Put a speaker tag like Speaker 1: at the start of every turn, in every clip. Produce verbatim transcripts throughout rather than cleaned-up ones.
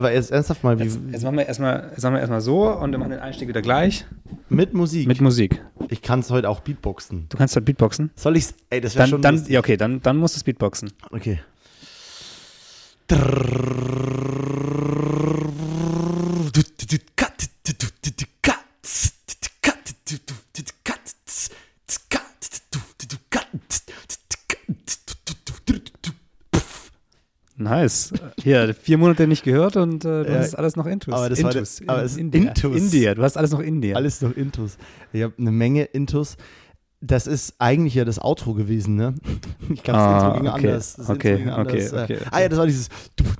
Speaker 1: Aber jetzt ernsthaft mal, wie.
Speaker 2: Jetzt, jetzt machen wir erstmal jetzt machen wir erstmal so und wir machen den Einstieg wieder gleich.
Speaker 1: Mit Musik?
Speaker 2: Mit Musik.
Speaker 1: Ich kann es heute auch Beatboxen.
Speaker 2: Du kannst halt Beatboxen?
Speaker 1: Soll ich's? Ey, das wäre schon.
Speaker 2: Dann, ja, okay, dann, dann musst du es Beatboxen.
Speaker 1: Okay.
Speaker 2: Nice. Hier, vier Monate nicht gehört und äh, du
Speaker 1: Ja,
Speaker 2: hast alles noch Intus.
Speaker 1: aber das
Speaker 2: Intus.
Speaker 1: war der- aber es ist
Speaker 2: in, in,
Speaker 1: Intus.
Speaker 2: in dir. Du hast alles noch in dir.
Speaker 1: Alles noch Intus. Ich habe eine Menge Intus. Das ist eigentlich ja das Outro gewesen, ne? Ich glaube, das
Speaker 2: Ah,
Speaker 1: Intro ging
Speaker 2: okay.
Speaker 1: anders. Das
Speaker 2: Okay,
Speaker 1: Intro ging
Speaker 2: okay,
Speaker 1: anders.
Speaker 2: okay,
Speaker 1: Äh,
Speaker 2: okay.
Speaker 1: Ah ja, das war dieses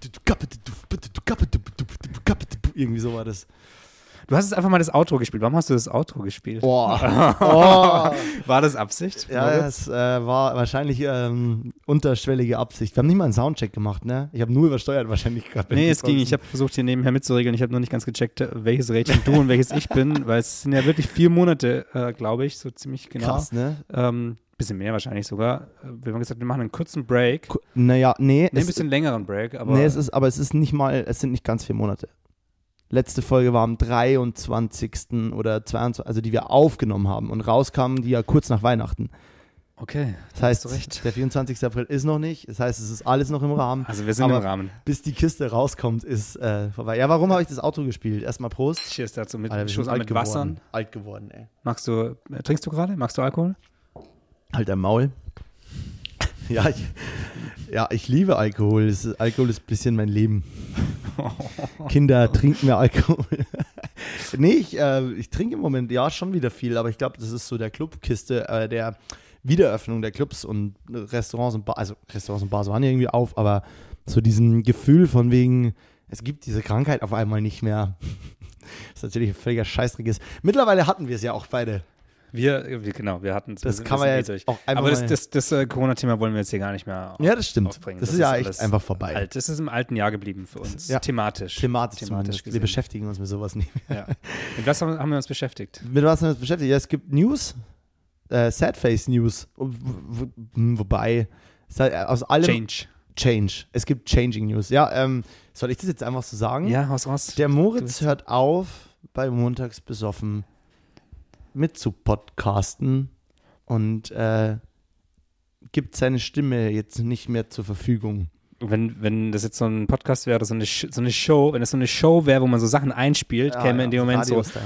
Speaker 1: irgendwie so war das.
Speaker 2: Du hast jetzt einfach mal das Outro gespielt. Warum hast du das Outro gespielt?
Speaker 1: Boah. Oh.
Speaker 2: War das Absicht?
Speaker 1: Ja, es äh, war wahrscheinlich ähm, unterschwellige Absicht. Wir haben nicht mal einen Soundcheck gemacht, ne? Ich habe nur übersteuert wahrscheinlich gerade.
Speaker 2: Nee, es ging. Ich habe versucht, hier nebenher mitzuregeln. Ich habe nur nicht ganz gecheckt, welches Rädchen du und welches ich bin, weil es sind ja wirklich vier Monate, äh, glaube ich, so ziemlich genau.
Speaker 1: Krass, ne?
Speaker 2: Ähm, bisschen mehr wahrscheinlich sogar. Wir haben gesagt, wir machen einen kurzen Break.
Speaker 1: Ku- Naja, nee.
Speaker 2: Nee, ein bisschen längeren Break, aber
Speaker 1: nee, es ist, aber es ist nicht mal, es sind nicht ganz vier Monate. Letzte Folge war am dreiundzwanzigsten oder zweiundzwanzigsten, also die wir aufgenommen haben und rauskamen die ja kurz nach Weihnachten.
Speaker 2: okay.
Speaker 1: Das
Speaker 2: da
Speaker 1: heißt,
Speaker 2: hast du recht.
Speaker 1: der vierundzwanzigsten April ist noch nicht, das heißt, es ist alles noch im Rahmen.
Speaker 2: Also wir sind
Speaker 1: aber
Speaker 2: im Rahmen.
Speaker 1: bis die Kiste rauskommt, ist äh, vorbei. Ja, warum habe ich das Auto gespielt? Erstmal Prost.
Speaker 2: Cheers dazu mit
Speaker 1: Alter, wir
Speaker 2: Schuss
Speaker 1: sind
Speaker 2: an
Speaker 1: alt
Speaker 2: mit Wassern.
Speaker 1: geworden. Alt geworden, ey.
Speaker 2: Magst du, äh, trinkst du gerade? Magst du Alkohol?
Speaker 1: Halt dein Maul. ja, ich, ja, ich liebe Alkohol. Es ist, Alkohol ist ein bisschen mein Leben. Kinder, trinken mehr Alkohol. nee, ich, äh, ich trinke im Moment ja schon wieder viel, aber ich glaube, das ist so der Clubkiste, äh, der Wiedereröffnung der Clubs und Restaurants und Bars, also Restaurants und Bars waren ja irgendwie auf, aber so diesen Gefühl von wegen, es gibt diese Krankheit auf einmal nicht mehr. Das ist natürlich ein völliger Scheißdreck ist. Mittlerweile hatten wir es ja auch beide.
Speaker 2: Wir, wir genau, wir hatten
Speaker 1: Das kann man ja jetzt auch einfach
Speaker 2: Aber das,
Speaker 1: mal-
Speaker 2: das, das äh, Corona-Thema wollen wir jetzt hier gar nicht mehr
Speaker 1: Ja, das stimmt.
Speaker 2: aufbringen.
Speaker 1: Das ist ja echt
Speaker 2: alles
Speaker 1: einfach vorbei.
Speaker 2: Alt. Das ist im alten Jahr geblieben für uns,
Speaker 1: Ja.
Speaker 2: thematisch.
Speaker 1: Thematisch, zumindest. Wir
Speaker 2: gesehen.
Speaker 1: beschäftigen uns mit sowas nicht mehr.
Speaker 2: Ja. Mit was haben, haben wir uns beschäftigt?
Speaker 1: Mit was haben wir uns beschäftigt? Ja, es gibt News, äh, Sadface News, wo, wo, wobei es halt aus allem
Speaker 2: Change.
Speaker 1: Change. Es gibt Changing News. Ja, ähm, soll ich das jetzt einfach so sagen?
Speaker 2: Ja, haus raus.
Speaker 1: Der
Speaker 2: Du
Speaker 1: Moritz
Speaker 2: bist-
Speaker 1: hört auf, bei Montags besoffen mit zu podcasten und äh, gibt seine Stimme jetzt nicht mehr zur Verfügung.
Speaker 2: Wenn, wenn das jetzt so ein Podcast wäre, so eine, Sh- so eine Show, wenn das so eine Show wäre, wo man so Sachen einspielt,
Speaker 1: Ja,
Speaker 2: käme
Speaker 1: ja,
Speaker 2: in dem Moment so,
Speaker 1: Radio-Style.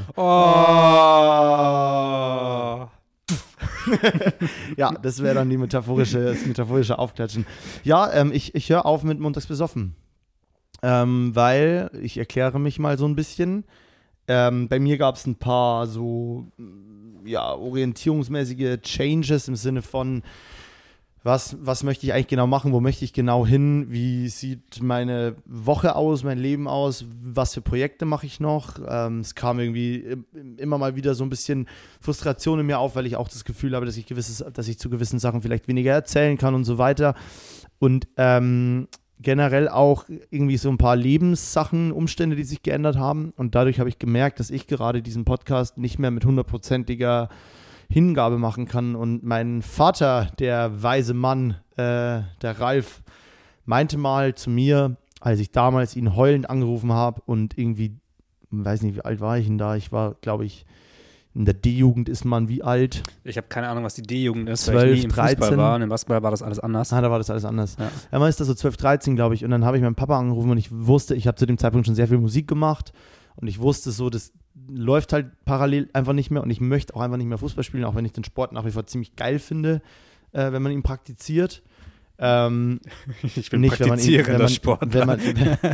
Speaker 2: oh.
Speaker 1: Ja, das wäre dann die metaphorische, das metaphorische Aufklatschen. Ja, ähm, ich, ich höre auf mit Montags besoffen. Ähm, weil, ich erkläre mich mal so ein bisschen, ähm, bei mir gab es ein paar so, mm, ja, orientierungsmäßige Changes im Sinne von, was, was möchte ich eigentlich genau machen, wo möchte ich genau hin, wie sieht meine Woche aus, mein Leben aus, was für Projekte mache ich noch. Ähm, es kam irgendwie im- immer mal wieder so ein bisschen Frustration in mir auf, weil ich auch das Gefühl habe, dass ich, gewisses, dass ich zu gewissen Sachen vielleicht weniger erzählen kann und so weiter. Und ähm, generell auch irgendwie so ein paar Lebenssachen, Umstände, die sich geändert haben. Und dadurch habe ich gemerkt, dass ich gerade diesen Podcast nicht mehr mit hundertprozentiger Hingabe machen kann. Und mein Vater, der weise Mann, äh, der Ralf, meinte mal zu mir, als ich damals ihn heulend angerufen habe und irgendwie, weiß nicht, wie alt war ich denn da? Ich war, glaube ich, in der D-Jugend ist man wie alt?
Speaker 2: Ich habe keine Ahnung, was die D-Jugend ist, weil
Speaker 1: zwölf,
Speaker 2: ich nie im Fußball
Speaker 1: dreizehn.
Speaker 2: war und im Basketball war das alles anders.
Speaker 1: Ah, da war das alles anders.
Speaker 2: Ja.
Speaker 1: Er war ist da so zwölf, dreizehn, glaube ich. Und dann habe ich meinen Papa angerufen und ich wusste, ich habe zu dem Zeitpunkt schon sehr viel Musik gemacht. Und ich wusste so, das läuft halt parallel einfach nicht mehr. Und ich möchte auch einfach nicht mehr Fußball spielen, auch wenn ich den Sport nach wie vor ziemlich geil finde, äh, wenn man ihn praktiziert. Ähm,
Speaker 2: Ich bin
Speaker 1: nicht, wenn man ihn, wenn
Speaker 2: praktizierender
Speaker 1: man,
Speaker 2: Sportler.
Speaker 1: wenn man,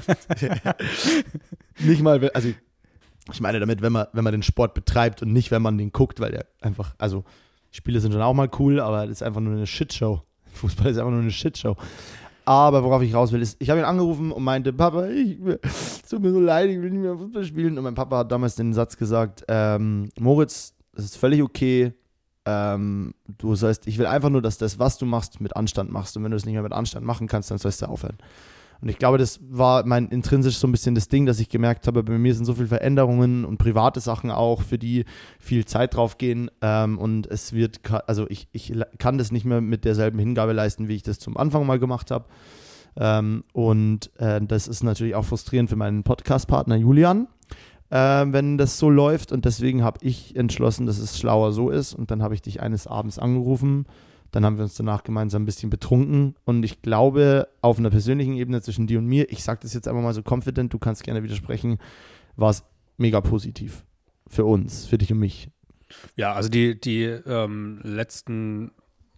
Speaker 1: nicht mal, also ich meine damit, wenn man, wenn man den Sport betreibt und nicht, wenn man den guckt, weil der einfach, also Spiele sind schon auch mal cool, aber das ist einfach nur eine Shitshow. Fußball ist einfach nur eine Shitshow. Aber worauf ich raus will, ist, ich habe ihn angerufen und meinte, Papa, ich, es tut mir so leid, ich will nicht mehr Fußball spielen. Und mein Papa hat damals den Satz gesagt, ähm, Moritz, das ist völlig okay, ähm, du sollst, ich will einfach nur, dass das, was du machst, mit Anstand machst. Und wenn du es nicht mehr mit Anstand machen kannst, dann sollst du aufhören. Und ich glaube, das war mein intrinsisch so ein bisschen das Ding, dass ich gemerkt habe, bei mir sind so viele Veränderungen und private Sachen auch, für die viel Zeit drauf gehen. Ähm, und es wird, ka- also ich, ich kann das nicht mehr mit derselben Hingabe leisten, wie ich das zum Anfang mal gemacht habe. Ähm, und äh, das ist natürlich auch frustrierend für meinen Podcast-Partner Julian, äh, wenn das so läuft. Und deswegen habe ich entschlossen, dass es schlauer so ist. Und dann habe ich dich eines Abends angerufen. Dann haben wir uns danach gemeinsam ein bisschen betrunken. Und ich glaube, auf einer persönlichen Ebene zwischen dir und mir, ich sage das jetzt einfach mal so confident, du kannst gerne widersprechen, war es mega positiv. Für uns, für dich und mich.
Speaker 2: Ja, also die, die ähm, letzten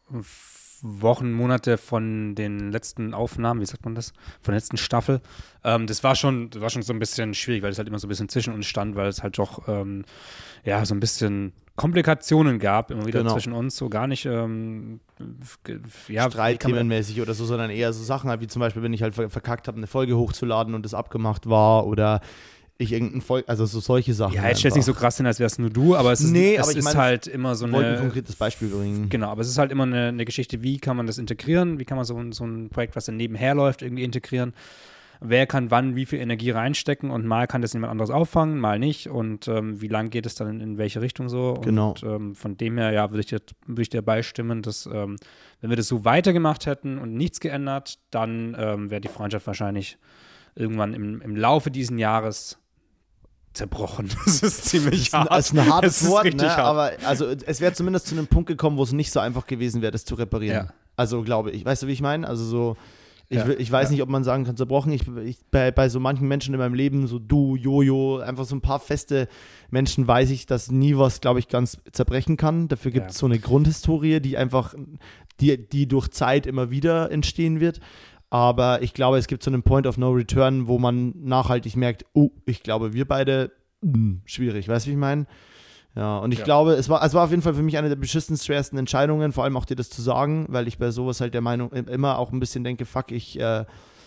Speaker 2: Wochen, Monate von den letzten Aufnahmen, wie sagt man das, von der letzten Staffel, ähm, das war schon, das war schon so ein bisschen schwierig, weil es halt immer so ein bisschen zwischen uns stand, weil es halt doch, ähm, ja, so ein bisschen Komplikationen gab, immer wieder
Speaker 1: Genau.
Speaker 2: zwischen uns, so gar nicht, ähm, ja,
Speaker 1: Streitthemenmäßig oder so, sondern eher so Sachen halt, wie zum Beispiel, wenn ich halt verkackt habe, eine Folge hochzuladen und das abgemacht war oder ich irgendein Folge, also so solche Sachen.
Speaker 2: Ja, jetzt stellt es nicht so krass hin, als wäre es nur du, aber es ist,
Speaker 1: nee,
Speaker 2: es
Speaker 1: aber ich
Speaker 2: ist
Speaker 1: meine,
Speaker 2: halt immer so
Speaker 1: ich wollte
Speaker 2: eine...
Speaker 1: ein konkretes Beispiel bringen.
Speaker 2: Genau, aber es ist halt immer eine, eine Geschichte, wie kann man das integrieren, wie kann man so, so ein Projekt, was dann nebenher läuft, irgendwie integrieren. Wer kann wann wie viel Energie reinstecken und mal kann das jemand anderes auffangen, mal nicht und ähm, wie lang geht es dann in, in welche Richtung so.
Speaker 1: Genau.
Speaker 2: Und ähm, von dem her, ja, würde ich dir, würde ich dir beistimmen, dass ähm, wenn wir das so weitergemacht hätten und nichts geändert, dann ähm, wäre die Freundschaft wahrscheinlich irgendwann im, im Laufe dieses Jahres zerbrochen. Das ist ziemlich
Speaker 1: das ist ein,
Speaker 2: hart.
Speaker 1: Das ist ein hartes
Speaker 2: ist
Speaker 1: Wort,
Speaker 2: richtig
Speaker 1: ne?
Speaker 2: hart.
Speaker 1: Aber also es wäre zumindest zu einem Punkt gekommen, wo es nicht so einfach gewesen wäre, das zu reparieren.
Speaker 2: Ja.
Speaker 1: Also glaube ich. Weißt du, wie ich meine? Also so, ich,
Speaker 2: Ja.
Speaker 1: ich weiß
Speaker 2: Ja.
Speaker 1: nicht, ob man sagen kann, zerbrochen. Ich, ich, bei, bei so manchen Menschen in meinem Leben, so du, Jojo, einfach so ein paar feste Menschen, weiß ich, dass nie was, glaube ich, ganz zerbrechen kann. Dafür gibt es
Speaker 2: Ja.
Speaker 1: so eine Grundhistorie, die einfach, die, die durch Zeit immer wieder entstehen wird. Aber ich glaube, es gibt so einen Point of No Return, wo man nachhaltig merkt, oh, ich glaube, wir beide, mh, schwierig, weißt du, wie ich meine? Ja, und ich
Speaker 2: Ja.
Speaker 1: glaube, es war, es war auf jeden Fall für mich eine der beschissensten, schwersten Entscheidungen, vor allem auch dir das zu sagen, weil ich bei sowas halt der Meinung immer auch ein bisschen denke, fuck, ich, äh,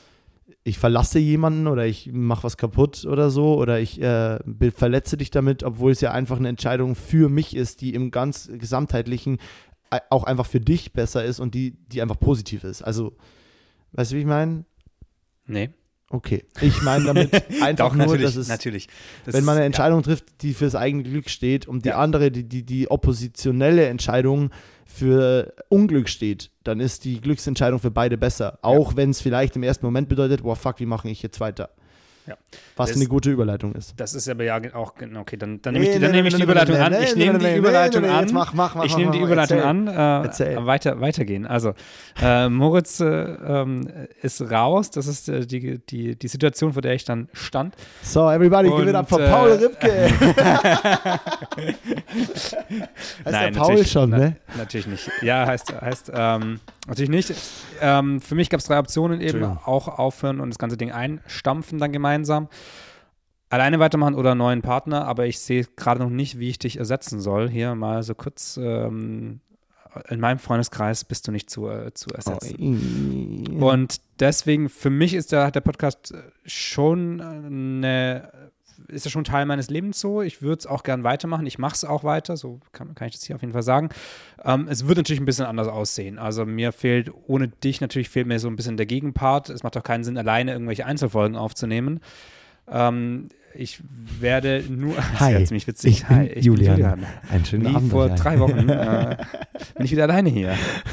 Speaker 1: ich verlasse jemanden oder ich mache was kaputt oder so oder ich äh, verletze dich damit, obwohl es ja einfach eine Entscheidung für mich ist, die im ganz Gesamtheitlichen äh, auch einfach für dich besser ist und die, die einfach positiv ist. Also, weißt du, wie ich meine?
Speaker 2: Nee.
Speaker 1: Okay. Ich meine damit einfach
Speaker 2: Doch,
Speaker 1: nur,
Speaker 2: natürlich,
Speaker 1: dass es,
Speaker 2: natürlich. Das
Speaker 1: wenn man eine
Speaker 2: ist-
Speaker 1: Entscheidung trifft, die fürs eigene Glück steht und die
Speaker 2: Ja.
Speaker 1: andere, die, die, die oppositionelle Entscheidung für Unglück steht, dann ist die Glücksentscheidung für beide besser. Auch wenn es vielleicht im ersten Moment bedeutet, boah, fuck, wie mache ich jetzt weiter?
Speaker 2: Ja.
Speaker 1: Was
Speaker 2: Das-
Speaker 1: eine gute Überleitung ist.
Speaker 2: Das ist aber ja auch, okay, dann, dann nehme ich die, dann nehme ich die Überleitung an. Ich nehme die Überleitung an.
Speaker 1: Jetzt mach, mach, mach,
Speaker 2: Ich
Speaker 1: mach,
Speaker 2: nehme
Speaker 1: mach,
Speaker 2: die
Speaker 1: mach,
Speaker 2: Überleitung
Speaker 1: erzähl.
Speaker 2: an. Äh,
Speaker 1: Erzähl.
Speaker 2: weiter, weitergehen. Also, äh, Moritz äh, ähm, ist raus. Das ist äh, die, die, die Situation, vor der ich dann stand.
Speaker 1: So, everybody, give it
Speaker 2: Und,
Speaker 1: up for
Speaker 2: äh,
Speaker 1: Paul Ripke. heißt
Speaker 2: Nein,
Speaker 1: der Paul
Speaker 2: natürlich,
Speaker 1: schon,
Speaker 2: na,
Speaker 1: ne?
Speaker 2: Natürlich nicht. Ja, heißt, heißt ähm, natürlich nicht. Ähm, für mich gab es drei Optionen eben.
Speaker 1: Entschuldigung.
Speaker 2: Auch aufhören und das ganze Ding einstampfen dann gemeinsam. Alleine weitermachen oder einen neuen Partner, aber ich sehe gerade noch nicht, wie ich dich ersetzen soll. Hier mal so kurz, ähm, in meinem Freundeskreis bist du nicht zu, äh, zu ersetzen.
Speaker 1: Oh,
Speaker 2: Und deswegen, für mich ist der, der Podcast schon eine, ist ja schon Teil meines Lebens so. Ich würde es auch gern weitermachen. Ich mache es auch weiter, so kann, kann ich das hier auf jeden Fall sagen. Ähm, es wird natürlich ein bisschen anders aussehen. Also mir fehlt, ohne dich natürlich fehlt mir so ein bisschen der Gegenpart. Es macht auch keinen Sinn, alleine irgendwelche Einzelfolgen aufzunehmen. Ähm, ich werde nur, das
Speaker 1: Hi,
Speaker 2: wäre ziemlich witzig.
Speaker 1: ich bin
Speaker 2: Hi, ich
Speaker 1: Julian.
Speaker 2: bin Julian.
Speaker 1: Einen schönen
Speaker 2: Wie
Speaker 1: Abend.
Speaker 2: vor
Speaker 1: euch.
Speaker 2: drei Wochen äh, bin ich wieder alleine hier.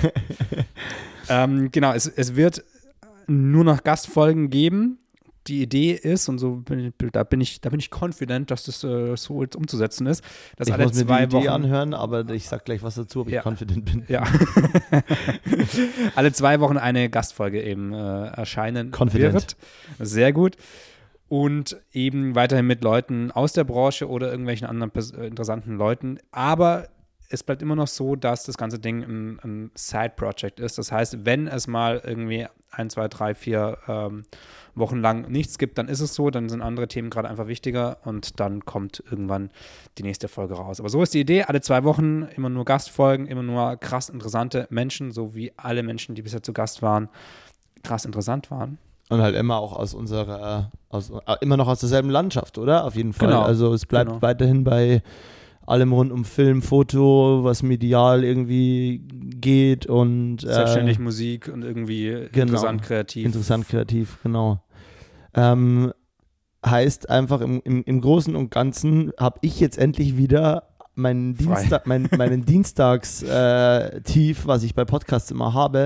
Speaker 2: ähm, genau, es, es wird nur noch Gastfolgen geben. Die Idee ist, und so bin, da bin ich, da bin ich confident, dass das äh, so jetzt umzusetzen ist, dass
Speaker 1: Ich
Speaker 2: alle
Speaker 1: muss mir
Speaker 2: zwei
Speaker 1: die Idee
Speaker 2: Wochen
Speaker 1: anhören, aber ich sag gleich was dazu, ob
Speaker 2: Ja.
Speaker 1: ich confident bin.
Speaker 2: ja. alle zwei Wochen eine Gastfolge eben äh, erscheinen
Speaker 1: Confident.
Speaker 2: wird. Sehr gut. Und eben weiterhin mit Leuten aus der Branche oder irgendwelchen anderen pers- äh, interessanten Leuten. Aber es bleibt immer noch so, dass das ganze Ding ein, ein Side-Project ist. Das heißt, wenn es mal irgendwie ein, zwei, drei, vier ähm, Wochen lang nichts gibt, dann ist es so, dann sind andere Themen gerade einfach wichtiger und dann kommt irgendwann die nächste Folge raus. Aber so ist die Idee, alle zwei Wochen immer nur Gastfolgen, immer nur krass interessante Menschen, so wie alle Menschen, die bisher zu Gast waren, krass interessant waren.
Speaker 1: Und halt immer auch aus unserer, aus, äh, immer noch aus derselben Landschaft, oder? Auf jeden Fall.
Speaker 2: Genau,
Speaker 1: Also es bleibt
Speaker 2: genau.
Speaker 1: weiterhin bei allem rund um Film, Foto, was medial irgendwie geht und äh,
Speaker 2: Selbstständig Musik und irgendwie interessant, kreativ.
Speaker 1: interessant kreativ, genau. Ähm, heißt einfach im, im, im Großen und Ganzen habe ich jetzt endlich wieder meinen,
Speaker 2: Frei.
Speaker 1: Dienstag, mein, meinen Dienstags-Tief, was ich bei Podcasts immer habe,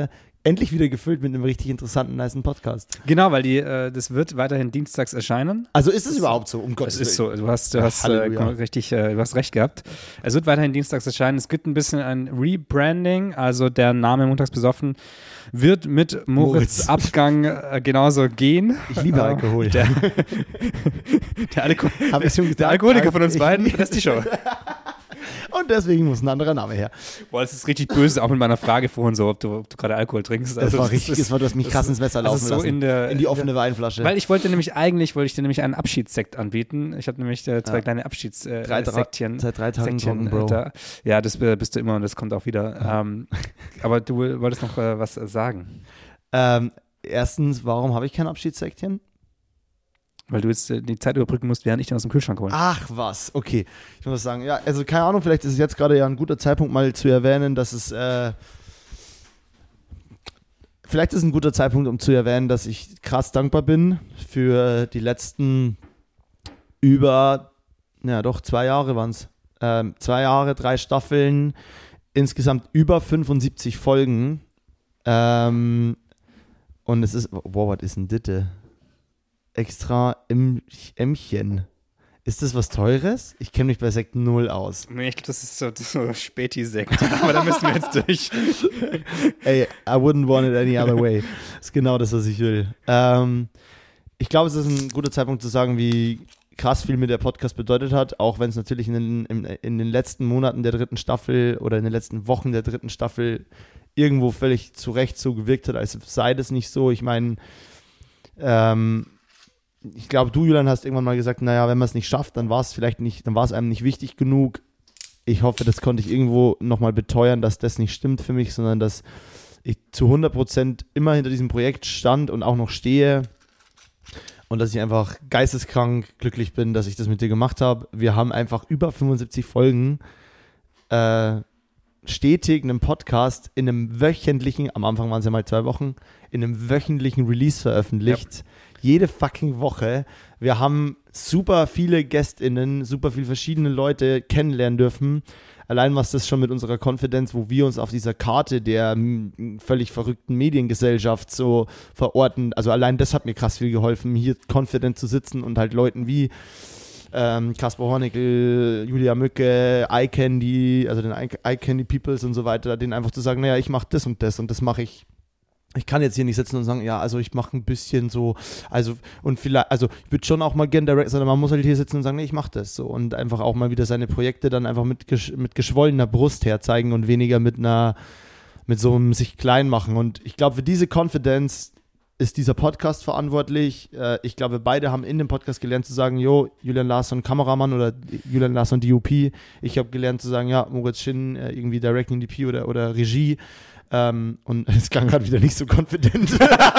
Speaker 1: endlich wieder gefüllt mit einem richtig interessanten, nicen Podcast.
Speaker 2: Genau, weil die, äh, das wird weiterhin dienstags erscheinen.
Speaker 1: Also ist es das überhaupt so? Um Gottes
Speaker 2: Es
Speaker 1: Willen.
Speaker 2: ist so, du hast, du
Speaker 1: Ja,
Speaker 2: hast, äh,
Speaker 1: Halleluja.
Speaker 2: richtig, äh, du hast recht gehabt. Es wird weiterhin dienstags erscheinen. Es gibt ein bisschen ein Rebranding, also der Name Montags besoffen wird mit Moritz,
Speaker 1: Moritz.
Speaker 2: Abgang äh, genauso gehen.
Speaker 1: Ich liebe Alkohol.
Speaker 2: Der, der, Alko
Speaker 1: Hab ich schon gesagt?
Speaker 2: der Alkoholiker von uns
Speaker 1: Ich-
Speaker 2: beiden verlässt die Show.
Speaker 1: Und deswegen muss ein anderer Name her.
Speaker 2: Boah, das ist richtig böse, auch mit meiner Frage vorhin so, ob du, ob du gerade Alkohol trinkst.
Speaker 1: Das
Speaker 2: Also,
Speaker 1: war richtig,
Speaker 2: ist-
Speaker 1: das war, du hast mich
Speaker 2: das
Speaker 1: krass
Speaker 2: ist-
Speaker 1: ins Messer
Speaker 2: das
Speaker 1: laufen
Speaker 2: ist so
Speaker 1: lassen.
Speaker 2: in der-
Speaker 1: in die offene Weinflasche.
Speaker 2: Weil ich wollte nämlich eigentlich, wollte ich dir nämlich einen Abschiedssekt anbieten. Ich habe nämlich äh, zwei
Speaker 1: Ja.
Speaker 2: kleine
Speaker 1: Drei,
Speaker 2: Abschiedssektchen.
Speaker 1: seit drei Tagen
Speaker 2: Säckchen,
Speaker 1: trocken, Bro.
Speaker 2: äh, da. Ja, das äh, bist du immer und das kommt auch wieder. Ähm, aber du wolltest noch äh, was äh, sagen,
Speaker 1: Ähm, erstens, warum habe ich kein Abschiedssäckchen?
Speaker 2: weil du jetzt äh, die Zeit überbrücken musst, während ich den aus dem Kühlschrank hole.
Speaker 1: Ach was, okay. Ich muss sagen, ja, also keine Ahnung, vielleicht ist es jetzt gerade ja ein guter Zeitpunkt mal zu erwähnen, dass es, äh, vielleicht ist es ein guter Zeitpunkt, um zu erwähnen, dass ich krass dankbar bin für die letzten über, ja doch, zwei Jahre waren es. Ähm, zwei Jahre, drei Staffeln, insgesamt über fünfundsiebzig Folgen. Ähm, und es ist, wow, was ist denn Ditte? Extra im Ämmchen. Ist das was Teures? Ich kenne mich bei Sekt null aus.
Speaker 2: Nee, ich glaube, das ist so, das ist so Späti-Sekt. Aber da müssen wir jetzt durch.
Speaker 1: Ey, I wouldn't want it any other way. Ist genau das, was ich will. Ähm, ich glaube, es ist ein guter Zeitpunkt zu sagen, wie krass viel mir der Podcast bedeutet hat, auch wenn es natürlich in den, in, in den letzten Monaten der dritten Staffel oder in den letzten Wochen der dritten Staffel irgendwo völlig zu Recht so gewirkt hat, als sei das nicht so. Ich meine, ähm, ich glaube, du, Julian, hast irgendwann mal gesagt, naja, wenn man es nicht schafft, dann war es vielleicht nicht, dann war es einem nicht wichtig genug. Ich hoffe, das konnte ich irgendwo nochmal beteuern, dass das nicht stimmt für mich, sondern dass ich zu hundert Prozent immer hinter diesem Projekt stand und auch noch stehe und dass ich einfach geisteskrank glücklich bin, dass ich das mit dir gemacht habe. Wir haben einfach über fünfundsiebzig Folgen äh, stetig einen Podcast in einem wöchentlichen, am Anfang waren es ja mal zwei Wochen, in einem wöchentlichen Release veröffentlicht. Jede fucking Woche. Wir haben super viele GästInnen, super viele verschiedene Leute kennenlernen dürfen. Allein was das schon mit unserer Confidence, wo wir uns auf dieser Karte der m, völlig verrückten Mediengesellschaft so verorten, also allein das hat mir krass viel geholfen, hier confident zu sitzen und halt Leuten wie ähm, Kaspar Hornickel, Julia Mücke, Eye Candy, also den Eye Candy Peoples und so weiter, denen einfach zu sagen, naja, ich mache das und das und das mache ich. Ich kann jetzt hier nicht sitzen und sagen, ja, also ich mache ein bisschen so, also und vielleicht, also ich würde schon auch mal gerne direkt, sondern man muss halt hier sitzen und sagen, nee, ich mache das so und einfach auch mal wieder seine Projekte dann einfach mit, gesch- mit geschwollener Brust herzeigen und weniger mit einer, mit so einem sich klein machen und ich glaube, für diese Confidence ist dieser Podcast verantwortlich. Äh, ich glaube, wir beide haben in dem Podcast gelernt zu sagen, jo, Julian Larsson Kameramann oder Julian Larsson D O P. Ich habe gelernt zu sagen, ja, Moritz Schinn äh, irgendwie Directing D P oder, oder Regie. Ähm, und es klang gerade wieder nicht so confident.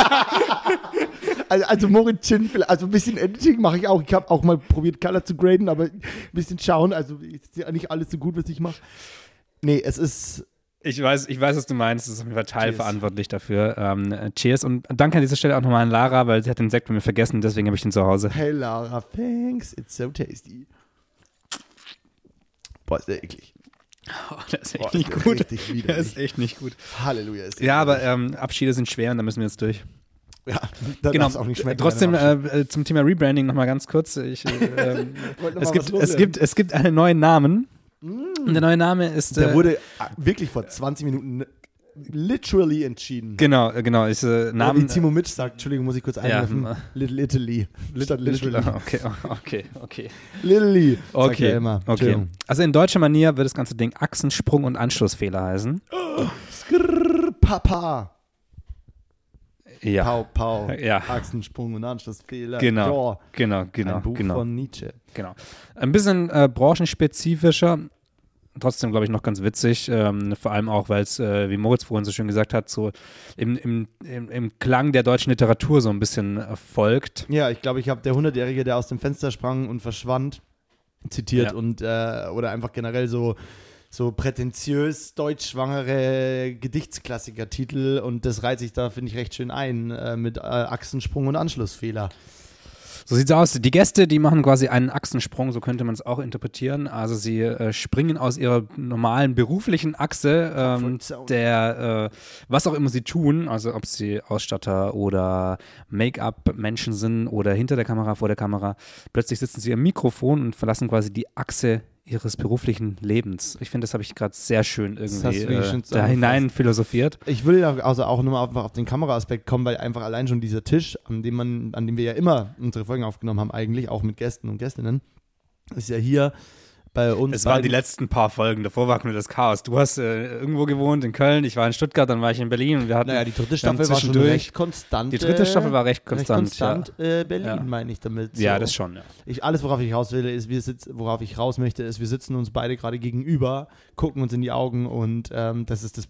Speaker 1: also, also Moritz Schinn, also ein bisschen Editing mache ich auch. Ich habe auch mal probiert, Color zu graden, aber ein bisschen schauen. Also ist ja nicht alles so gut, was ich mache. Nee, es ist...
Speaker 2: Ich weiß, ich weiß, was du meinst. Das ist auf jeden Fall
Speaker 1: Cheers.
Speaker 2: teilverantwortlich dafür. Ähm, cheers und danke an dieser Stelle auch nochmal an Lara, weil sie hat den Sekt bei mir vergessen, deswegen habe ich den zu Hause.
Speaker 1: Hey Lara, thanks, it's so tasty. Boah, ist der eklig.
Speaker 2: Oh, das ist echt
Speaker 1: Boah,
Speaker 2: nicht
Speaker 1: ist der
Speaker 2: gut.
Speaker 1: richtig
Speaker 2: Das
Speaker 1: widerlich.
Speaker 2: ist echt nicht gut.
Speaker 1: Halleluja. Ist der
Speaker 2: Ja, aber
Speaker 1: widerlich.
Speaker 2: ähm, Abschiede sind schwer und da müssen wir jetzt durch.
Speaker 1: ja, dann
Speaker 2: Genau.
Speaker 1: darf's auch nicht schmecken.
Speaker 2: Trotzdem
Speaker 1: wenn er abschmeckt.
Speaker 2: äh, zum Thema Rebranding nochmal ganz kurz. Ich, äh, ähm,
Speaker 1: Wollt noch
Speaker 2: es,
Speaker 1: mal
Speaker 2: gibt,
Speaker 1: was
Speaker 2: es,
Speaker 1: loswerden?
Speaker 2: gibt, es gibt einen neuen Namen. Und der neue Name ist.
Speaker 1: Der
Speaker 2: äh,
Speaker 1: wurde äh, wirklich vor zwanzig Minuten literally entschieden.
Speaker 2: Genau, äh, genau. Ist, äh,
Speaker 1: Oder
Speaker 2: Namen.
Speaker 1: wie Timo Mitch sagt, Entschuldigung, muss ich kurz einwerfen.
Speaker 2: äh,
Speaker 1: Little Italy. Statt literally.
Speaker 2: Okay, okay, okay.
Speaker 1: Literally. Sagt
Speaker 2: Okay,
Speaker 1: er immer.
Speaker 2: okay.
Speaker 1: Entschuldigung.
Speaker 2: Also in deutscher Manier wird das ganze Ding Achsensprung und Anschlussfehler heißen.
Speaker 1: Skrrr, Papa.
Speaker 2: Ja,
Speaker 1: Pau, Pau.
Speaker 2: Ja.
Speaker 1: Achsensprung und Anschlussfehler.
Speaker 2: genau,
Speaker 1: Ja.
Speaker 2: genau, genau,
Speaker 1: Ein Buch
Speaker 2: genau,
Speaker 1: von Nietzsche.
Speaker 2: genau. Ein bisschen äh, branchenspezifischer, trotzdem glaube ich noch ganz witzig, ähm, vor allem auch, weil es, äh, wie Moritz vorhin so schön gesagt hat, so im, im, im, im Klang der deutschen Literatur so ein bisschen äh, folgt.
Speaker 1: Ja, ich glaube, ich habe der hundertjährige, der aus dem Fenster sprang und verschwand, zitiert
Speaker 2: Ja.
Speaker 1: und äh, oder einfach generell so so prätentiös deutschschwangere Gedichtsklassiker-Titel und das reiht sich da, finde ich, recht schön ein äh, mit äh, Achsensprung und Anschlussfehler.
Speaker 2: So sieht's aus. Die Gäste, die machen quasi einen Achsensprung, so könnte man es auch interpretieren. Also sie äh, springen aus ihrer normalen beruflichen Achse, ähm, der, äh, was auch immer sie tun, also ob sie Ausstatter oder Make-up-Menschen sind oder hinter der Kamera, vor der Kamera. Plötzlich sitzen sie am Mikrofon und verlassen quasi die Achse ihres beruflichen Lebens. Ich finde, das habe ich gerade sehr schön irgendwie äh, da hinein philosophiert.
Speaker 1: Ich will ja also auch nur mal auf, auf den Kameraaspekt kommen, weil einfach allein schon dieser Tisch, an dem man, an dem wir ja immer unsere Folgen aufgenommen haben, eigentlich auch mit Gästen und Gästinnen, ist ja hier bei uns.
Speaker 2: Es waren die letzten paar Folgen, davor war nur das Chaos. Du hast äh, irgendwo gewohnt in Köln, ich war in Stuttgart, dann war ich in Berlin und wir hatten.
Speaker 1: Naja, die dritte Staffel war schon recht konstant.
Speaker 2: Die dritte Staffel war recht konstant.
Speaker 1: Recht konstant
Speaker 2: ja.
Speaker 1: äh, Berlin, ja. meine ich damit. So.
Speaker 2: Ja, das schon, ja.
Speaker 1: Ich, alles, worauf ich raus will, ist, wir sitz, worauf ich raus möchte, ist, wir sitzen uns beide gerade gegenüber, gucken uns in die Augen und ähm, das ist das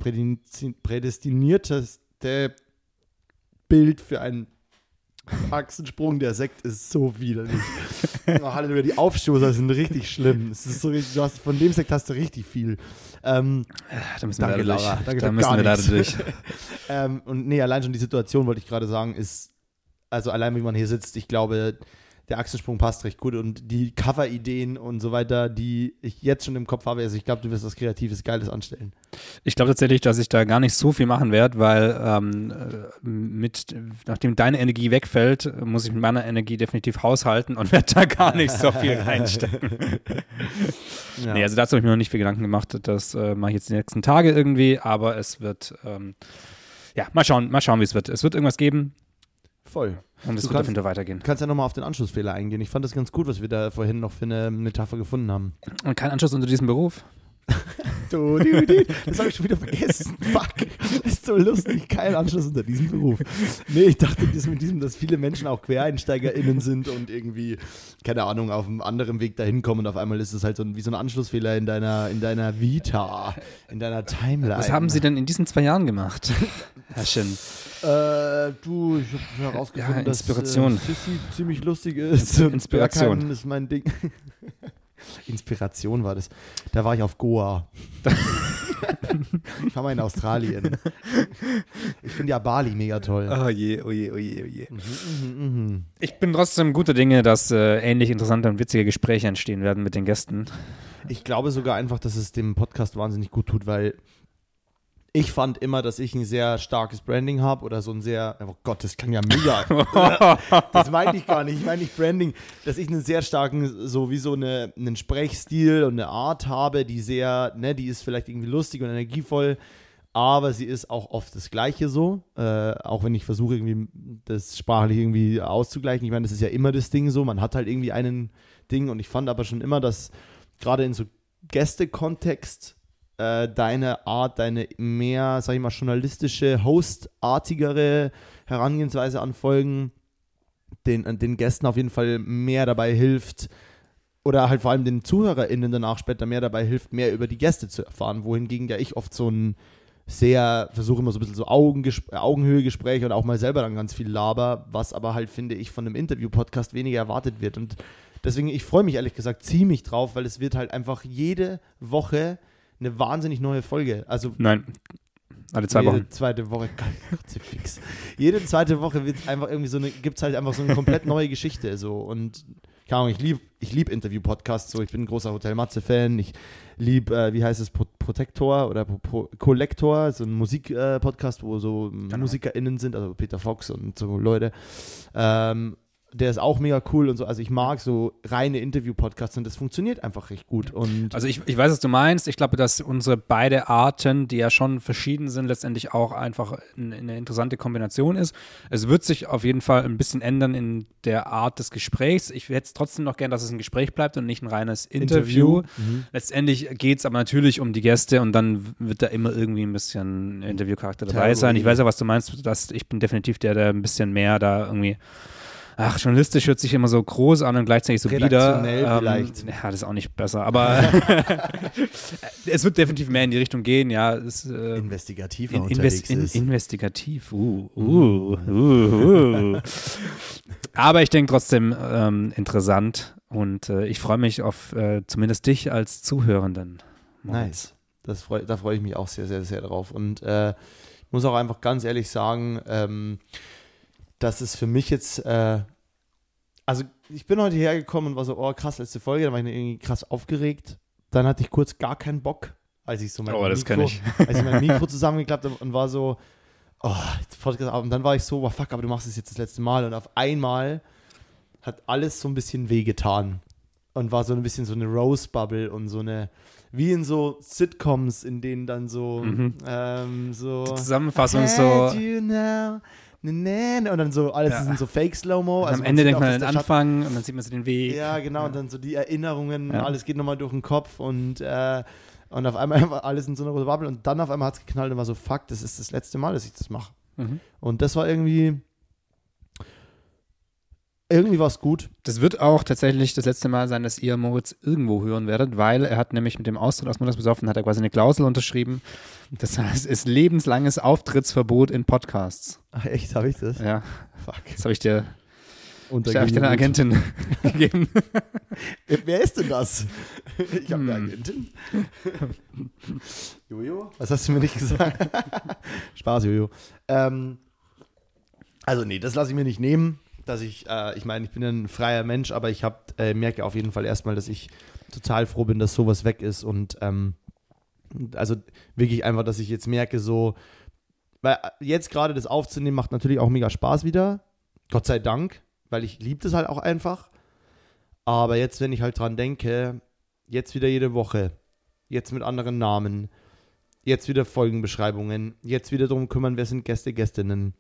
Speaker 1: prädestinierteste Bild für einen Achsensprung. Der Sekt ist so widerlich. Oh, Halleluja, die Aufstoßer sind richtig schlimm. Es ist so richtig, du hast, von dem Sekt hast du richtig viel. Ähm,
Speaker 2: da müssen
Speaker 1: danke,
Speaker 2: wir leider durch.
Speaker 1: Danke,
Speaker 2: da müssen wir leider durch.
Speaker 1: ähm, und nee, allein schon die Situation, wollte ich gerade sagen, ist, also allein wie man hier sitzt, ich glaube, der Achsensprung passt recht gut und die Cover-Ideen und so weiter, die ich jetzt schon im Kopf habe, also ich glaube, du wirst was Kreatives, Geiles anstellen.
Speaker 2: Ich glaube tatsächlich, dass ich da gar nicht so viel machen werde, weil ähm, mit, nachdem deine Energie wegfällt, muss ich mit meiner Energie definitiv haushalten und werde da gar nicht so viel reinstecken. ja. Nee, also dazu habe ich mir noch nicht viel Gedanken gemacht, das äh, mache ich jetzt die nächsten Tage irgendwie, aber es wird, ähm, ja, mal schauen, mal schauen, wie es wird. Es wird irgendwas geben.
Speaker 1: Voll.
Speaker 2: Und es
Speaker 1: du
Speaker 2: wird
Speaker 1: kannst,
Speaker 2: auf jeden Fall weitergehen.
Speaker 1: Du kannst ja nochmal auf den Anschlussfehler eingehen. Ich fand das ganz gut, was wir da vorhin noch für eine Metapher gefunden haben.
Speaker 2: Und kein Anschluss unter diesem Beruf?
Speaker 1: du, du, du, das habe ich schon wieder vergessen. Fuck. Das ist so lustig. Kein Anschluss unter diesem Beruf. Nee, ich dachte das mit diesem, dass viele Menschen auch QuereinsteigerInnen sind und irgendwie, keine Ahnung, auf einem anderen Weg dahin kommen und auf einmal ist es halt so ein, wie so ein Anschlussfehler in deiner, in deiner Vita, in deiner Timeline.
Speaker 2: Was haben Sie denn in diesen zwei Jahren gemacht, Herr Shin?
Speaker 1: Äh, du, ich habe herausgefunden,
Speaker 2: ja, Inspiration.
Speaker 1: dass äh, Sissi ziemlich lustig ist.
Speaker 2: Inspiration.
Speaker 1: Bergheim ist mein Ding. Inspiration war das. Da war ich auf Goa. Ich war mal in Australien. Ich finde ja Bali mega toll.
Speaker 2: Oh je, oh je, oh je, oh je.
Speaker 1: Mhm, mh, mh.
Speaker 2: Ich bin trotzdem guter Dinge, dass äh, ähnlich interessante und witzige Gespräche entstehen werden mit den Gästen.
Speaker 1: Ich glaube sogar einfach, dass es dem Podcast wahnsinnig gut tut, weil ich fand immer, dass ich ein sehr starkes Branding habe oder so ein sehr, oh Gott, das klang ja mega. Das meine ich gar nicht. Ich meine nicht Branding, dass ich einen sehr starken, so wie so eine, einen Sprechstil und eine Art habe, die sehr, ne, die ist vielleicht irgendwie lustig und energievoll, aber sie ist auch oft das Gleiche so, äh, auch wenn ich versuche, irgendwie das sprachlich irgendwie auszugleichen. Ich meine, das ist ja immer das Ding so, man hat halt irgendwie einen Ding und ich fand aber schon immer, dass gerade in so Gäste-Kontext deine Art, deine mehr, sag ich mal, journalistische, hostartigere Herangehensweise an Folgen den, den Gästen auf jeden Fall mehr dabei hilft oder halt vor allem den ZuhörerInnen danach später mehr dabei hilft, mehr über die Gäste zu erfahren, wohingegen ja ich oft so ein sehr, versuche immer so ein bisschen so Augengesp- Augenhöhe-Gespräche und auch mal selber dann ganz viel laber, was aber halt, finde ich, von einem Interview-Podcast weniger erwartet wird und deswegen, ich freue mich ehrlich gesagt ziemlich drauf, weil es wird halt einfach jede Woche eine wahnsinnig neue Folge. Also
Speaker 2: Nein, alle zwei
Speaker 1: jede
Speaker 2: Wochen.
Speaker 1: Jede zweite Woche, fix. Jede zweite Woche wird einfach irgendwie so eine, gibt es halt einfach so eine komplett neue Geschichte. So. Und keine Ahnung, ich liebe ich lieb Interview-Podcasts. So. Ich bin ein großer Hotel Matze-Fan. Ich liebe, äh, wie heißt es, Pro- Protektor oder Pro- Kollektor, so ein Musik-Podcast, äh, wo so genau. MusikerInnen sind, also Peter Fox und so Leute. Ähm, Der ist auch mega cool und so. Also ich mag so reine Interview-Podcasts und das funktioniert einfach recht gut. Und
Speaker 2: also ich, ich weiß, was du meinst. Ich glaube, dass unsere beide Arten, die ja schon verschieden sind, letztendlich auch einfach eine, eine interessante Kombination ist. Es wird sich auf jeden Fall ein bisschen ändern in der Art des Gesprächs. Ich hätte es trotzdem noch gern, dass es ein Gespräch bleibt und nicht ein reines Interview. Interview. Mhm. Letztendlich geht es aber natürlich um die Gäste und dann wird da immer irgendwie ein bisschen Interviewcharakter dabei Theorie. sein. Ich weiß ja, was du meinst. Dass ich bin definitiv der, der ein bisschen mehr da irgendwie Ach, journalistisch hört sich immer so groß an und gleichzeitig so bieder. Ähm, vielleicht. Ja, das ist auch nicht besser. Aber es wird definitiv mehr in die Richtung gehen, ja. Es, äh,
Speaker 1: Investigativer
Speaker 2: in,
Speaker 1: unterwegs
Speaker 2: in,
Speaker 1: ist.
Speaker 2: Investigativ, uh, uh, uh, uh. Aber ich denke trotzdem ähm, interessant und äh, ich freue mich auf äh, zumindest dich als Zuhörenden.
Speaker 1: Nice. Das freu, da freue ich mich auch sehr, sehr, sehr drauf. Und äh, ich muss auch einfach ganz ehrlich sagen, ähm, dass es für mich jetzt äh, also ich bin heute hergekommen und war so, oh krass, letzte Folge, da war ich irgendwie krass aufgeregt. Dann hatte ich kurz gar keinen Bock, als ich so mein,
Speaker 2: Oh, das
Speaker 1: Mikro,
Speaker 2: kann ich.
Speaker 1: als ich mein Mikro zusammengeklappt habe und war so, oh, jetzt Podcast ab. Und dann war ich so, oh fuck, aber du machst es jetzt das letzte Mal. Und auf einmal hat alles so ein bisschen wehgetan. Und war so ein bisschen so eine Rose-Bubble und so eine, wie in so Sitcoms, in denen dann so,
Speaker 2: Mhm.
Speaker 1: ähm, so
Speaker 2: Die Zusammenfassung
Speaker 1: I
Speaker 2: ist so.
Speaker 1: had you now, na, na, na. Und dann so, alles
Speaker 2: Ja.
Speaker 1: ist in so Fake-Slow-Mo.
Speaker 2: Und
Speaker 1: Also
Speaker 2: am Ende
Speaker 1: sieht
Speaker 2: denkt
Speaker 1: auch,
Speaker 2: man
Speaker 1: dass
Speaker 2: an den
Speaker 1: der Schatten-
Speaker 2: Anfang und dann sieht man so den Weg.
Speaker 1: Ja, genau, und dann so die Erinnerungen,
Speaker 2: Ja.
Speaker 1: alles geht nochmal durch den Kopf und, äh, und auf einmal war alles in so einer roten Bubble und dann auf einmal hat es geknallt und war so, fuck, das ist das letzte Mal, dass ich das mache.
Speaker 2: Mhm.
Speaker 1: Und das war irgendwie, irgendwie war es gut.
Speaker 2: Das wird auch tatsächlich das letzte Mal sein, dass ihr Moritz irgendwo hören werdet, weil er hat nämlich mit dem Austritt aus Montagsbesoffen hat er quasi eine Klausel unterschrieben. Das heißt, es ist lebenslanges Auftrittsverbot in Podcasts.
Speaker 1: Ach echt, habe ich das?
Speaker 2: Ja,
Speaker 1: Fuck.
Speaker 2: das habe ich dir, das
Speaker 1: Untergehen
Speaker 2: habe ich deiner
Speaker 1: gut.
Speaker 2: Agentin gegeben.
Speaker 1: Wer ist denn das? Ich habe eine
Speaker 2: Hm.
Speaker 1: Agentin. Jojo? Was hast du mir nicht gesagt? Spaß, Jojo. Ähm, also nee, das lasse ich mir nicht nehmen. Dass ich, äh, ich meine, ich bin ein freier Mensch, aber ich hab, äh, merke auf jeden Fall erstmal, dass ich total froh bin, dass sowas weg ist und ähm, also wirklich einfach, dass ich jetzt merke, so, weil jetzt gerade das aufzunehmen macht natürlich auch mega Spaß wieder, Gott sei Dank, weil ich liebe das halt auch einfach, aber jetzt, wenn ich halt dran denke, jetzt wieder jede Woche, jetzt mit anderen Namen, jetzt wieder Folgenbeschreibungen, jetzt wieder darum kümmern, wer sind Gäste, Gästinnen.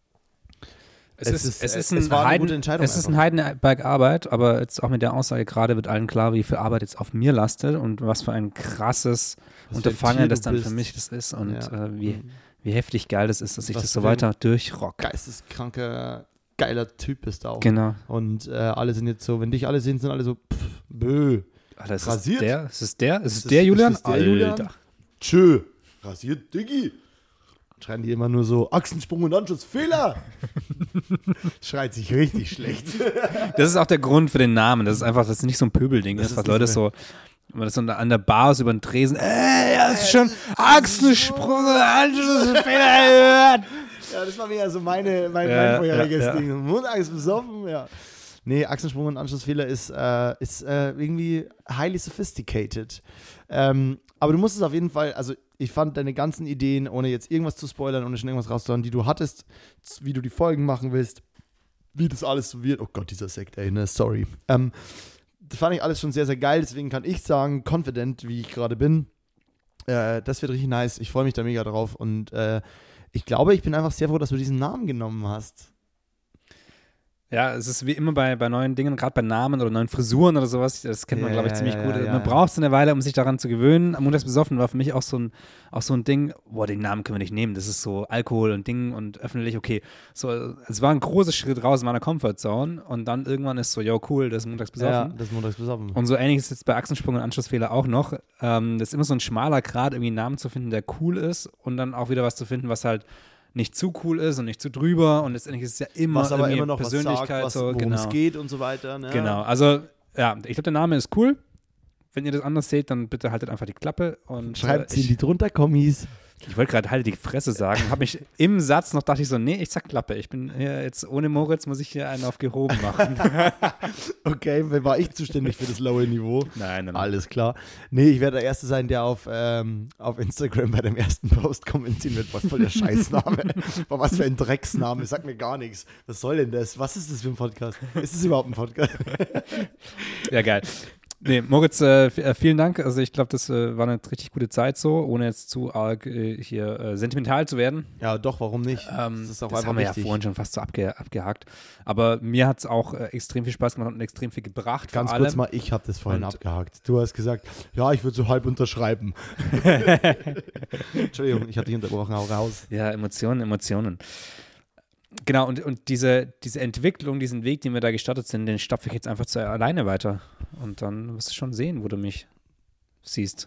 Speaker 2: Es,
Speaker 1: Es
Speaker 2: ist,
Speaker 1: ist-
Speaker 2: es, ist
Speaker 1: es
Speaker 2: ein
Speaker 1: war eine
Speaker 2: Heiden,
Speaker 1: gute Entscheidung
Speaker 2: es ist ein
Speaker 1: einfach.
Speaker 2: Heidenberg Arbeit, aber jetzt auch mit der Aussage gerade wird allen klar, wie viel Arbeit jetzt auf mir lastet und was für ein krasses
Speaker 1: Was für ein
Speaker 2: Unterfangen
Speaker 1: Tier
Speaker 2: das
Speaker 1: du
Speaker 2: dann
Speaker 1: bist.
Speaker 2: für mich das ist und
Speaker 1: Ja.
Speaker 2: äh, wie, wie heftig geil das ist, dass ich
Speaker 1: Was
Speaker 2: das so
Speaker 1: für ein
Speaker 2: weiter durchrock.
Speaker 1: Geisteskranker, geiler Typ bist du auch.
Speaker 2: Genau.
Speaker 1: Und äh, alle sind jetzt so, wenn dich alle sehen, sind alle so, pff, bö,
Speaker 2: Alter, ist es
Speaker 1: Rasiert?
Speaker 2: der? Ist es der? Ist es
Speaker 1: Ist
Speaker 2: der
Speaker 1: es-
Speaker 2: Julian?
Speaker 1: ist es der Julian?
Speaker 2: Alter.
Speaker 1: tschö, rasiert, Diggi. Schreien die immer nur so, Achsensprung und Anschlussfehler. Schreit sich richtig schlecht.
Speaker 2: Das ist auch der Grund für den Namen. Das ist einfach, das ist nicht so ein Pöbelding.
Speaker 1: Das
Speaker 2: Das ist,
Speaker 1: ist
Speaker 2: was
Speaker 1: nicht
Speaker 2: Leute
Speaker 1: so-
Speaker 2: so, wenn man das so an der Bar so über den Tresen, ey, hast du schon Achsensprung und Anschlussfehler gehört?
Speaker 1: Ja, das war mir ja so meine, mein,
Speaker 2: Ja,
Speaker 1: mein vorheriges
Speaker 2: ja, ja.
Speaker 1: Ding. Mundangst besoffen, ja. Nee, Achsensprung und Anschlussfehler ist, äh, ist äh, irgendwie highly sophisticated. Ähm, aber du musst es auf jeden Fall, also ich fand deine ganzen Ideen, ohne jetzt irgendwas zu spoilern, ohne schon irgendwas rauszuhauen, die du hattest, z- wie du die Folgen machen willst, wie das alles so wird. Oh Gott, dieser Sekt, ey, ne, sorry. Ähm, das fand ich alles schon sehr, sehr geil, deswegen kann ich sagen, confident, wie ich gerade bin, äh, das wird richtig nice. Ich freue mich da mega drauf und äh, ich glaube, ich bin einfach sehr froh, dass du diesen Namen genommen hast.
Speaker 2: Ja, es ist wie immer bei, bei neuen Dingen, gerade bei Namen oder neuen Frisuren oder sowas, das kennt man,
Speaker 1: Ja,
Speaker 2: glaube ich,
Speaker 1: ja,
Speaker 2: ziemlich
Speaker 1: ja,
Speaker 2: gut.
Speaker 1: ja, ja,
Speaker 2: man
Speaker 1: ja.
Speaker 2: braucht es eine Weile, um sich daran zu gewöhnen. Am Montags besoffen war für mich auch so ein, auch so ein Ding, boah, den Namen können wir nicht nehmen, das ist so Alkohol und Ding und öffentlich, okay. So, es war ein großer Schritt raus in meiner Comfortzone und dann irgendwann ist so, yo, cool, das ist Montags besoffen.
Speaker 1: Ja, das ist montags besoffen.
Speaker 2: Und so ähnlich ist es jetzt bei Achsensprung und Anschlussfehler auch noch. Ähm, das ist immer so ein schmaler Grat, irgendwie einen Namen zu finden, der cool ist und dann auch wieder was zu finden, was halt nicht zu cool ist und nicht zu drüber und letztendlich ist es ja immer
Speaker 1: was aber
Speaker 2: irgendwie
Speaker 1: immer noch was sagt,
Speaker 2: Persönlichkeit.
Speaker 1: was,
Speaker 2: so,
Speaker 1: worum
Speaker 2: genau.
Speaker 1: es geht und so weiter. Ne?
Speaker 2: Genau, also ja, ich glaube, der Name ist cool. Wenn ihr das anders seht, dann bitte haltet einfach die Klappe und
Speaker 1: Schreibt
Speaker 2: äh,
Speaker 1: sie in die
Speaker 2: ich,
Speaker 1: drunter Kommis.
Speaker 2: ich wollte gerade halte die Fresse sagen, habe mich im Satz noch dachte ich so, nee, ich sag Klappe. Ich bin hier jetzt ohne Moritz, muss ich hier einen auf gehoben machen.
Speaker 1: Okay, dann war ich zuständig für das lowe Niveau.
Speaker 2: nein, nein, nein.
Speaker 1: Alles klar. Nee, ich werde der Erste sein, der auf, ähm, auf Instagram bei dem ersten Post kommentieren wird. Was voll der Scheißname. Boah, was für ein Drecksname. Sag mir gar nichts. Was soll denn das? Was ist das für ein Podcast? Ist das überhaupt ein Podcast?
Speaker 2: Ja, geil. Nee, Moritz, äh, v- äh, vielen Dank. Also ich glaube, das äh, war eine richtig gute Zeit so, ohne jetzt zu arg äh, hier äh, sentimental zu werden.
Speaker 1: Ja, doch, warum nicht?
Speaker 2: Ähm,
Speaker 1: das ist auch
Speaker 2: das
Speaker 1: einfach
Speaker 2: haben wir
Speaker 1: wichtig.
Speaker 2: ja vorhin schon fast so abge abgehakt. Aber mir hat es auch äh, extrem viel Spaß gemacht und extrem viel gebracht.
Speaker 1: Ganz
Speaker 2: vor
Speaker 1: kurz
Speaker 2: allem.
Speaker 1: mal, ich habe das vorhin
Speaker 2: Und-
Speaker 1: abgehakt. Du hast gesagt, ja, ich würde so halb unterschreiben. Entschuldigung, ich hatte dich unterbrochen, hau raus.
Speaker 2: Ja, Emotionen, Emotionen. Genau, und, und diese, diese Entwicklung, diesen Weg, den wir da gestartet sind, den stapfe ich jetzt einfach zu alleine weiter. Und dann wirst du schon sehen, wo du mich siehst.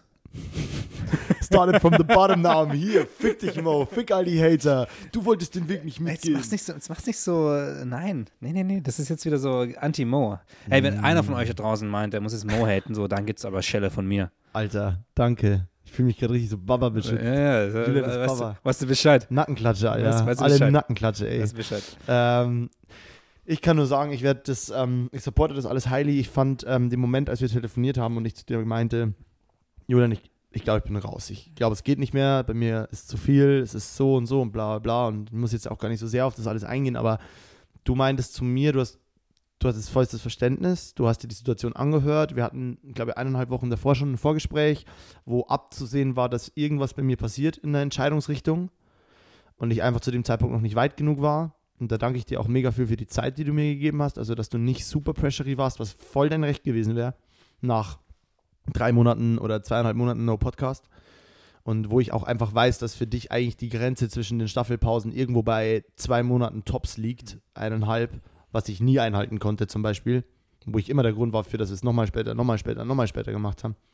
Speaker 1: Started from the bottom, now I'm here. Fick dich, Mo. Fick all die Hater. Du wolltest den Weg nicht
Speaker 2: Jetzt
Speaker 1: mitgehen.
Speaker 2: mach's nicht so, jetzt mach's nicht so, äh, nein, nee, nee, nee, das ist jetzt wieder so Anti-Mo. Hey, wenn einer von euch da draußen meint, der muss jetzt Mo haten, so, dann gibt's aber Schelle von mir.
Speaker 1: Alter, danke. Ich fühle mich gerade richtig so Baba beschützt.
Speaker 2: Ja, ja,
Speaker 1: Julian ist
Speaker 2: weißt, du,
Speaker 1: Baba.
Speaker 2: weißt du Bescheid?
Speaker 1: Nackenklatsche, Alter.
Speaker 2: Weißt- weißt du
Speaker 1: Alle
Speaker 2: Bescheid?
Speaker 1: Nackenklatsche, ey.
Speaker 2: Weißt du Bescheid?
Speaker 1: Ähm, Ich kann nur sagen, ich werde das, ähm, ich supporte das alles highly. Ich fand ähm, den Moment, als wir telefoniert haben und ich zu dir meinte, Julian, ich, ich glaube, ich bin raus. Ich glaube, es geht nicht mehr. Bei mir ist zu viel. Es ist so und so und bla bla. Und ich muss jetzt auch gar nicht so sehr auf das alles eingehen. Aber du meintest zu mir, du hast, du hattest vollstes Verständnis. Du hast dir die Situation angehört. Wir hatten, glaube ich, eineinhalb Wochen davor schon ein Vorgespräch, wo abzusehen war, dass irgendwas bei mir passiert in der Entscheidungsrichtung und ich einfach zu dem Zeitpunkt noch nicht weit genug war. Und da danke ich dir auch mega viel für die Zeit, die du mir gegeben hast. Also, dass du nicht super pressury warst, was voll dein Recht gewesen wäre, nach drei Monaten oder zweieinhalb Monaten No Podcast. Und wo ich auch einfach weiß, dass für dich eigentlich die Grenze zwischen den Staffelpausen irgendwo bei zwei Monaten Tops liegt, eineinhalb, was ich nie einhalten konnte zum Beispiel. Wo ich immer der Grund war für, dass wir es nochmal später, nochmal später, nochmal später gemacht haben.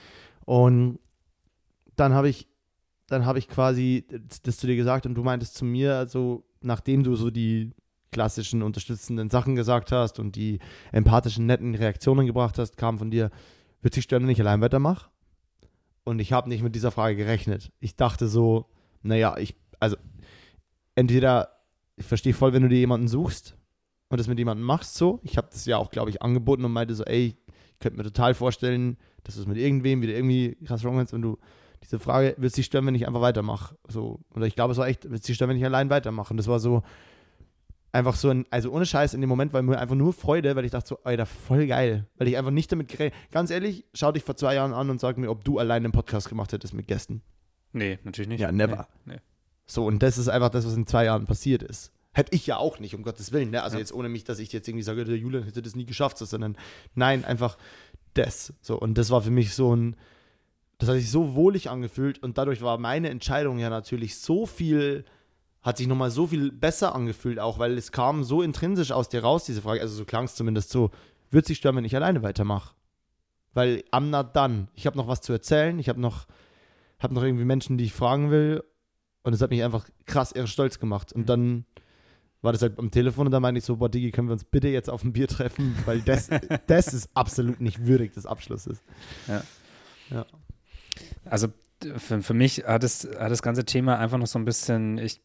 Speaker 1: Und dann habe ich, dann habe ich quasi das zu dir gesagt und du meintest zu mir, also nachdem du so die klassischen unterstützenden Sachen gesagt hast und die empathischen, netten Reaktionen gebracht hast, kam von dir, wird sich stören, wenn ich allein weitermache? Und ich habe nicht mit dieser Frage gerechnet. Ich dachte so, naja, ich, also entweder, ich verstehe voll, wenn du dir jemanden suchst und das mit jemandem machst so. Ich habe das ja auch, glaube ich, angeboten und meinte so, ey, ich könnte mir total vorstellen, dass du es mit irgendwem wieder irgendwie krass wrong hast, wenn du diese Frage, wird es dich stören, wenn ich einfach weitermache? So, oder ich glaube, es war echt, wird es dich stören, wenn ich allein weitermache? Und das war so, einfach so, ein, also ohne Scheiß in dem Moment war mir einfach nur Freude, weil ich dachte so, Alter, voll geil. Weil ich einfach nicht damit gerechnet, ganz ehrlich, schau dich vor zwei Jahren an und sag mir, ob du allein einen Podcast gemacht hättest mit Gästen.
Speaker 2: Nee, natürlich nicht.
Speaker 1: Ja, never.
Speaker 2: Nee, nee.
Speaker 1: So, und das ist einfach das, was in zwei Jahren passiert ist. Hätte ich ja auch nicht, um Gottes Willen. Ne? Also
Speaker 2: ja.
Speaker 1: jetzt ohne mich, dass ich jetzt irgendwie sage, der Julian hätte das nie geschafft, sondern nein, einfach das. So, und das war für mich so ein, das hat sich so wohlig angefühlt und dadurch war meine Entscheidung ja natürlich so viel, hat sich nochmal so viel besser angefühlt auch, weil es kam so intrinsisch aus dir raus, diese Frage, also so klang es zumindest so, wird es sich stören, wenn ich alleine weitermache? Weil I'm not done. Ich habe noch was zu erzählen, ich habe noch, hab noch irgendwie Menschen, die ich fragen will und es hat mich einfach krass irre stolz gemacht und dann war das halt am Telefon und da meinte ich so, boah Digi, können wir uns bitte jetzt auf ein Bier treffen, weil das, das ist absolut nicht würdig des Abschlusses.
Speaker 2: Ja.
Speaker 1: Ja.
Speaker 2: Also für, für mich hat, es, hat das ganze Thema einfach noch so ein bisschen, ich,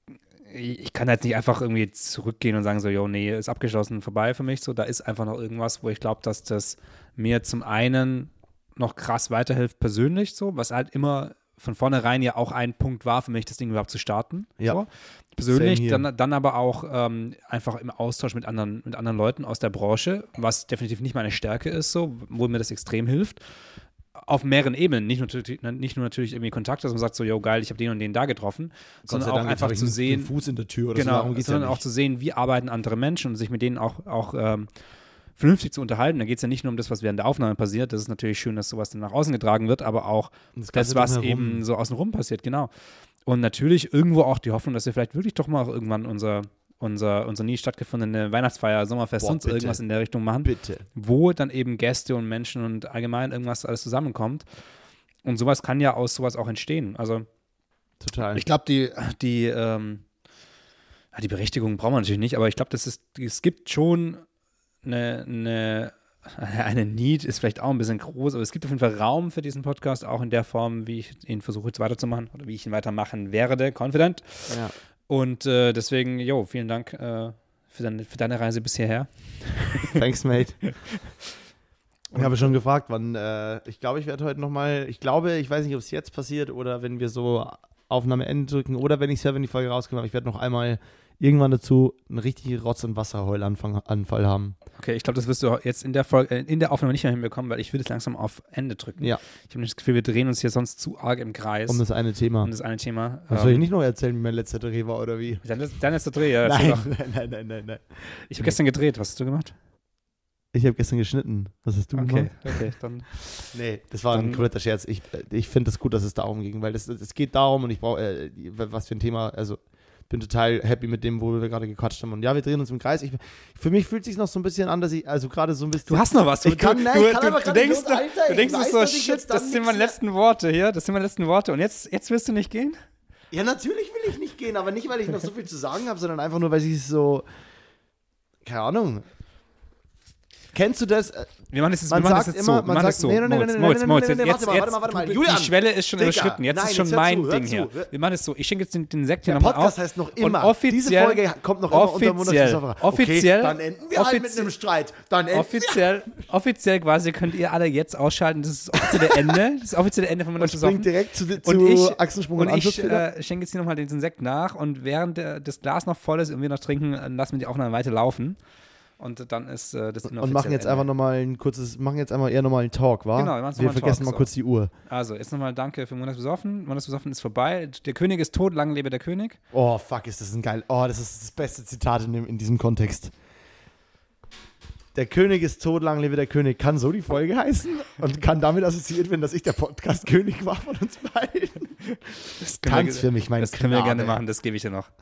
Speaker 2: ich kann jetzt nicht einfach irgendwie zurückgehen und sagen so, jo, nee, ist abgeschlossen, vorbei für mich. So, da ist einfach noch irgendwas, wo ich glaube, dass das mir zum einen noch krass weiterhilft persönlich, so, was halt immer von vornherein ja auch ein Punkt war für mich, das Ding überhaupt zu starten.
Speaker 1: Ja.
Speaker 2: So. Persönlich, dann, dann aber auch ähm, einfach im Austausch mit anderen, mit anderen Leuten aus der Branche, was definitiv nicht meine Stärke ist, so, wo mir das extrem hilft. Auf mehreren Ebenen, nicht nur, nicht nur natürlich irgendwie Kontakt, dass man sagt so, yo geil, ich habe den und den da getroffen, sondern auch einfach zu sehen,
Speaker 1: Fuß in der Tür oder
Speaker 2: genau,
Speaker 1: so, darum geht's
Speaker 2: sondern
Speaker 1: ja
Speaker 2: auch zu sehen, wie arbeiten andere Menschen und sich mit denen auch, auch ähm, vernünftig zu unterhalten. Da geht es ja nicht nur um das, was während der Aufnahme passiert, das ist natürlich schön, dass sowas dann nach außen getragen wird, aber auch das, das was eben so außenrum passiert, genau. Und natürlich irgendwo auch die Hoffnung, dass wir vielleicht wirklich doch mal irgendwann unser unser, unsere nie stattgefundene Weihnachtsfeier, Sommerfest,
Speaker 1: Boah,
Speaker 2: sonst
Speaker 1: bitte.
Speaker 2: irgendwas in der Richtung machen,
Speaker 1: Bitte.
Speaker 2: wo dann eben Gäste und Menschen und allgemein irgendwas alles zusammenkommt. Und sowas kann ja aus sowas auch entstehen. Also
Speaker 1: Total.
Speaker 2: ich glaube, die, die, ähm, die Berechtigung brauchen wir natürlich nicht, aber ich glaube, das ist, es gibt schon eine, eine, eine Need, ist vielleicht auch ein bisschen groß, aber es gibt auf jeden Fall Raum für diesen Podcast, auch in der Form, wie ich ihn versuche jetzt weiterzumachen oder wie ich ihn weitermachen werde, confident.
Speaker 1: Ja.
Speaker 2: Und äh, deswegen, jo, vielen Dank äh, für, deine, für deine Reise bis hierher.
Speaker 1: Thanks, mate. Ich habe schon gefragt, wann, äh, ich glaube, ich werde heute nochmal, ich glaube, ich weiß nicht, ob es jetzt passiert oder wenn wir so Aufnahme Ende drücken oder wenn ich es höre, wenn die Folge rauskommt, aber ich werde noch einmal irgendwann dazu einen richtigen Rotz- und Wasserheulanfall haben.
Speaker 2: Okay, ich glaube, das wirst du jetzt in der Folge, in der Aufnahme nicht mehr hinbekommen, weil ich würde es langsam auf Ende drücken.
Speaker 1: Ja.
Speaker 2: Ich habe das Gefühl, wir drehen uns hier sonst zu arg im Kreis.
Speaker 1: Um das eine Thema.
Speaker 2: Um das eine Thema.
Speaker 1: Was soll ich nicht noch erzählen, wie mein letzter Dreh war oder wie?
Speaker 2: Dein, dein letzter Dreh, ja.
Speaker 1: Nein,
Speaker 2: Doch.
Speaker 1: nein, nein, nein, nein, nein.
Speaker 2: Ich habe gestern gedreht. Was hast du gemacht?
Speaker 1: Ich habe gestern geschnitten. Was hast du
Speaker 2: Okay,
Speaker 1: gemacht?
Speaker 2: okay, dann.
Speaker 1: Nee, das war
Speaker 2: Dann-
Speaker 1: ein kompletter Scherz. Ich, ich finde es das gut, dass es darum ging, weil es es geht darum und ich brauche, äh, was für ein Thema, also bin total happy mit dem, wo wir gerade gequatscht haben. Und ja, wir drehen uns im Kreis. Ich, für mich fühlt es sich noch so ein bisschen an, dass ich, also gerade so ein bisschen.
Speaker 2: Du hast noch was. Du,
Speaker 1: Ich kann-
Speaker 2: du,
Speaker 1: nein,
Speaker 2: du,
Speaker 1: ich kann
Speaker 2: du,
Speaker 1: aber
Speaker 2: du
Speaker 1: gerade
Speaker 2: denkst,
Speaker 1: nicht los, Alter,
Speaker 2: du
Speaker 1: ich
Speaker 2: denkst
Speaker 1: weiß,
Speaker 2: so,
Speaker 1: dass ich
Speaker 2: shit,
Speaker 1: jetzt dann
Speaker 2: das sind meine
Speaker 1: nichts
Speaker 2: letzten Worte hier. Das sind meine letzten Worte. Und jetzt, jetzt willst du nicht gehen?
Speaker 1: Ja, natürlich will ich nicht gehen, aber nicht, weil ich noch so viel zu sagen habe, sondern einfach nur, weil ich es so, keine Ahnung. Kennst du das?
Speaker 2: Wir machen das jetzt,
Speaker 1: Man
Speaker 2: wir machen das
Speaker 1: sagt
Speaker 2: jetzt
Speaker 1: immer,
Speaker 2: so. Wir
Speaker 1: man
Speaker 2: machen das
Speaker 1: sagt,
Speaker 2: so.
Speaker 1: nee, nee, nee,
Speaker 2: Moritz,
Speaker 1: nee,
Speaker 2: Moritz,
Speaker 1: nee,
Speaker 2: Moritz,
Speaker 1: nee, nee, nee,
Speaker 2: jetzt,
Speaker 1: warte mal,
Speaker 2: jetzt,
Speaker 1: warte mal, warte mal.
Speaker 2: du-
Speaker 1: Julian,
Speaker 2: die Schwelle ist schon
Speaker 1: Digga,
Speaker 2: überschritten. Jetzt
Speaker 1: nein,
Speaker 2: ist schon
Speaker 1: jetzt hör
Speaker 2: mein
Speaker 1: zu, hör
Speaker 2: Ding
Speaker 1: zu.
Speaker 2: hier. Wir machen es so. Ich schenke jetzt den, den Sekt hier
Speaker 1: Der
Speaker 2: nochmal
Speaker 1: Podcast
Speaker 2: auf.
Speaker 1: heißt noch
Speaker 2: Und
Speaker 1: immer.
Speaker 2: offiziell,
Speaker 1: Diese Folge kommt noch immer unter
Speaker 2: offiziell,
Speaker 1: Montagsbesoffen.
Speaker 2: offiziell,
Speaker 1: Okay, dann enden wir halt mit einem Streit. Dann enden
Speaker 2: offiziell, offiziell quasi könnt ihr alle jetzt ausschalten. Das ist das offizielle Ende. Das ist das offizielle Ende von
Speaker 1: wir
Speaker 2: Montagsbesoffen.
Speaker 1: springen direkt zu, zu
Speaker 2: Und ich,
Speaker 1: Achsensprung
Speaker 2: und
Speaker 1: und
Speaker 2: ich
Speaker 1: Anschlussfehler.
Speaker 2: äh, schenke jetzt hier nochmal diesen Sekt nach und während der, das Glas noch voll ist und wir noch trinken, äh, lassen wir die Aufnahme weiter laufen. Und dann ist äh, das
Speaker 1: Und machen jetzt einfach nochmal ein kurzes, machen jetzt einfach eher nochmal einen Talk, wa?
Speaker 2: Genau, wir machen's
Speaker 1: wir
Speaker 2: nochmal einen
Speaker 1: vergessen
Speaker 2: Talk,
Speaker 1: mal kurz die Uhr.
Speaker 2: Also, jetzt nochmal danke für Montagsbesoffen. Montagsbesoffen ist vorbei. Der König ist tot, lang lebe der König.
Speaker 1: Oh, fuck, ist das ein geil. Oh, das ist das beste Zitat in, dem, in diesem Kontext. Der König ist tot, lang lebe der König. Kann so die Folge heißen? Und kann damit assoziiert werden, dass ich der Podcast-König war von uns beiden?
Speaker 2: Das
Speaker 1: Tanz für mich, mein
Speaker 2: Das können wir
Speaker 1: Knabe.
Speaker 2: gerne machen, das gebe ich dir noch.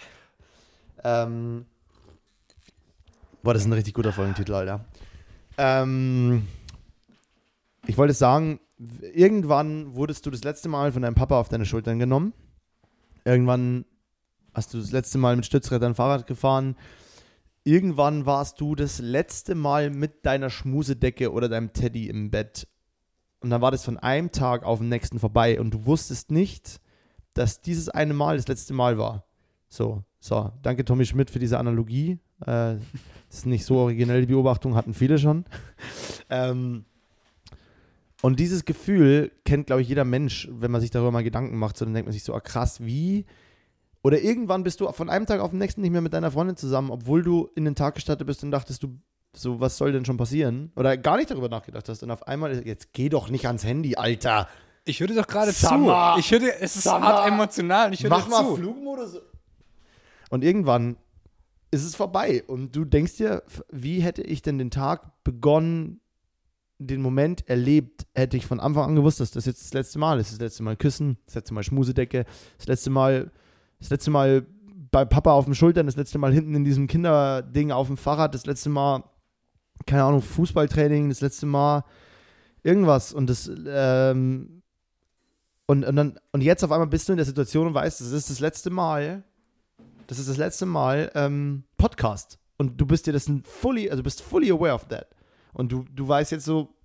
Speaker 1: Ähm, boah, das ist ein richtig guter Folgentitel, Alter. Ähm, ich wollte sagen, irgendwann wurdest du das letzte Mal von deinem Papa auf deine Schultern genommen. Irgendwann hast du das letzte Mal mit Stützrädern Fahrrad gefahren. Irgendwann warst du das letzte Mal mit deiner Schmusedecke oder deinem Teddy im Bett. Und dann war das von einem Tag auf den nächsten vorbei. Und du wusstest nicht, dass dieses eine Mal das letzte Mal war. So, so. Danke Tommy Schmidt für diese Analogie. Äh, das ist nicht so originell, die Beobachtung hatten viele schon. ähm, und dieses Gefühl kennt, glaube ich, jeder Mensch, wenn man sich darüber mal Gedanken macht. So, dann denkt man sich so, ah, krass, wie... Oder irgendwann bist du von einem Tag auf den nächsten nicht mehr mit deiner Freundin zusammen, obwohl du in den Tag gestartet bist und dachtest, du, so, was soll denn schon passieren? Oder gar nicht darüber nachgedacht hast. Und auf einmal, jetzt geh doch nicht ans Handy, Alter.
Speaker 2: Ich höre doch gerade zu.
Speaker 1: Summer.
Speaker 2: Ich höre, es ist
Speaker 1: Summer.
Speaker 2: hart emotional. Und ich höre
Speaker 1: Mach
Speaker 2: dir
Speaker 1: mal
Speaker 2: zu.
Speaker 1: Flugmodus. Und irgendwann ist es vorbei. Und du denkst dir, wie hätte ich denn den Tag begonnen, den Moment erlebt, hätte ich von Anfang an gewusst, dass das jetzt das letzte Mal ist. Das letzte Mal küssen, das letzte Mal Schmusedecke, das letzte Mal, das letzte Mal bei Papa auf den Schultern, das letzte Mal hinten in diesem Kinderding auf dem Fahrrad, das letzte Mal, keine Ahnung, Fußballtraining, das letzte Mal irgendwas. Und das, ähm, und, und dann, und jetzt auf einmal bist du in der Situation und weißt, das ist das letzte Mal, das ist das letzte Mal ähm, Podcast. Und du bist dir das ein fully, also bist fully aware of that. Und du, du weißt jetzt so,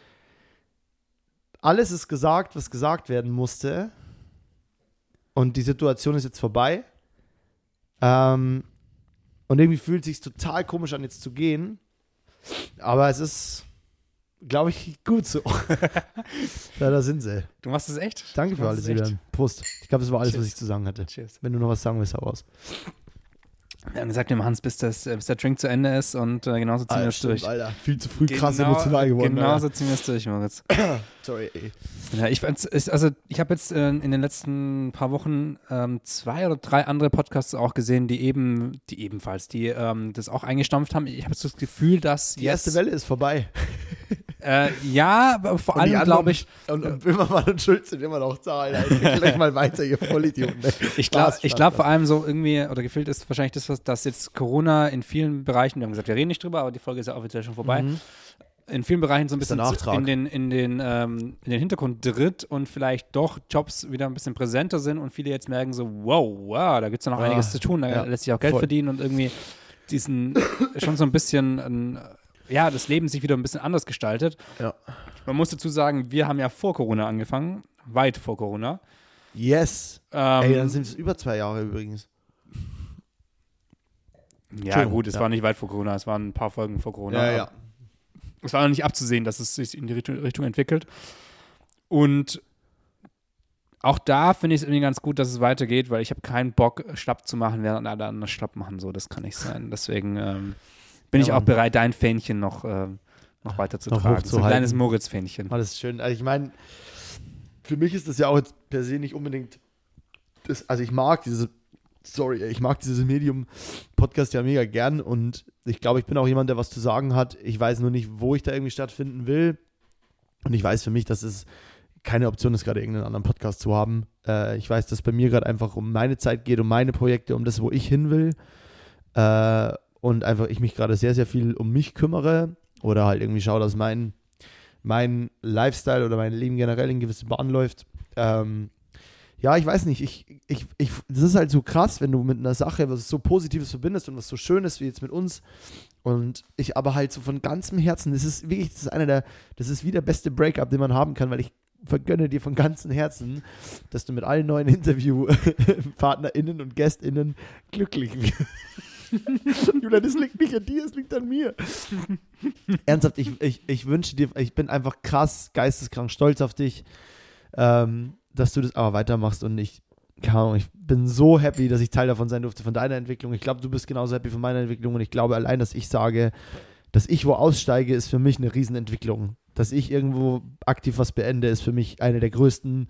Speaker 1: alles ist gesagt, was gesagt werden musste. Und die Situation ist jetzt vorbei. Ähm, und irgendwie fühlt es sich total komisch an, jetzt zu gehen. Aber es ist, glaube ich, gut so. Ja, da sind sie.
Speaker 2: Du machst es echt?
Speaker 1: Danke für
Speaker 2: Du
Speaker 1: alles,
Speaker 2: machst es echt.
Speaker 1: Julian. Prost. Ich glaube, das war alles,
Speaker 2: Cheers.
Speaker 1: was ich zu sagen hatte.
Speaker 2: Cheers.
Speaker 1: Wenn du noch was sagen willst, hau raus.
Speaker 2: Wir haben gesagt, dem Hans, bis, das, bis der Drink zu Ende ist und äh, genauso ziehen wir es durch.
Speaker 1: Alter, viel zu früh krass
Speaker 2: Genau-
Speaker 1: emotional geworden.
Speaker 2: Genauso ziehen wir es durch, Moritz.
Speaker 1: Alter. Sorry, ey.
Speaker 2: Ja, ich fand's- ist, also ich habe jetzt äh, in den letzten paar Wochen ähm, zwei oder drei andere Podcasts auch gesehen, die eben, die ebenfalls, die ähm, das auch eingestampft haben. Ich habe so das Gefühl, dass
Speaker 1: Die erste Welle ist vorbei.
Speaker 2: Äh, ja, aber vor
Speaker 1: Und die
Speaker 2: allem
Speaker 1: anderen-
Speaker 2: glaube ich,
Speaker 1: Und, und Böhmermann und Schulz sind immer noch da. Alter. Ich geh gleich mal weiter, ihr Vollidioten.
Speaker 2: ich glaube ich glaub vor allem so irgendwie, oder gefühlt ist wahrscheinlich das, was, dass jetzt Corona in vielen Bereichen, wir haben gesagt, wir reden nicht drüber, aber die Folge ist ja offiziell schon vorbei,
Speaker 1: Mhm.
Speaker 2: in vielen Bereichen so ein
Speaker 1: Ist der
Speaker 2: bisschen
Speaker 1: Nachtrag.
Speaker 2: in den, in, den, ähm, in den Hintergrund tritt und vielleicht doch Jobs wieder ein bisschen präsenter sind und viele jetzt merken so, wow, wow, da gibt es ja noch
Speaker 1: Ja,
Speaker 2: einiges zu tun, da
Speaker 1: ja,
Speaker 2: lässt sich auch Geld
Speaker 1: voll.
Speaker 2: verdienen und irgendwie diesen, schon so ein bisschen, ein, ja, das Leben sich wieder ein bisschen anders gestaltet.
Speaker 1: Ja.
Speaker 2: Man muss dazu sagen, wir haben ja vor Corona angefangen, weit vor Corona.
Speaker 1: Yes.
Speaker 2: Ähm,
Speaker 1: Ey, dann sind es über zwei Jahre übrigens.
Speaker 2: ja
Speaker 1: Entschuldigung,
Speaker 2: gut, es
Speaker 1: ja.
Speaker 2: war nicht weit vor Corona, es waren ein paar Folgen vor Corona. Es war noch nicht abzusehen, dass es sich in die Richtung, Richtung entwickelt. Und auch da finde ich es irgendwie ganz gut, dass es weitergeht, weil ich habe keinen Bock, schlapp zu machen, während alle anderen schlapp machen. So, das kann nicht sein. Deswegen ähm, bin
Speaker 1: Ja,
Speaker 2: ich auch
Speaker 1: Mann.
Speaker 2: bereit, dein Fähnchen noch, äh, noch weiter zu
Speaker 1: Noch
Speaker 2: tragen. So ein
Speaker 1: hochzuhalten.
Speaker 2: kleines Moritz-Fähnchen.
Speaker 1: Alles schön. Also ich meine, für mich ist das ja auch jetzt per se nicht unbedingt das, also ich mag dieses, sorry, ich mag dieses Medium-Podcast ja mega gern und ich glaube, ich bin auch jemand, der was zu sagen hat. Ich weiß nur nicht, wo ich da irgendwie stattfinden will. Und ich weiß für mich, dass es keine Option ist, gerade irgendeinen anderen Podcast zu haben. Äh, ich weiß, dass es bei mir gerade einfach um meine Zeit geht, um meine Projekte, um das, wo ich hin will. Äh, und einfach ich mich gerade sehr, sehr viel um mich kümmere oder halt irgendwie schaue, dass mein, mein Lifestyle oder mein Leben generell in gewisse Bahn läuft. Ähm, ja, ich weiß nicht, ich, ich, ich, das ist halt so krass, wenn du mit einer Sache was so Positives verbindest und was so Schönes wie jetzt mit uns und ich aber halt so von ganzem Herzen, das ist wirklich, das ist einer der, das ist wie der beste Breakup, den man haben kann, weil ich vergönne dir von ganzem Herzen, dass du mit allen neuen InterviewpartnerInnen und GästInnen glücklich wirst. Julian, das liegt nicht an dir, es liegt an mir. Ernsthaft, ich, ich, ich wünsche dir, ich bin einfach krass geisteskrank stolz auf dich, ähm, dass du das aber weitermachst und ich, keine Ahnung, ich bin so happy, dass ich Teil davon sein durfte, von deiner Entwicklung. Ich glaube, du bist genauso happy von meiner Entwicklung und ich glaube, allein, dass ich sage, dass ich wo aussteige, ist für mich eine Riesenentwicklung. Dass ich irgendwo aktiv was beende, ist für mich eine der größten,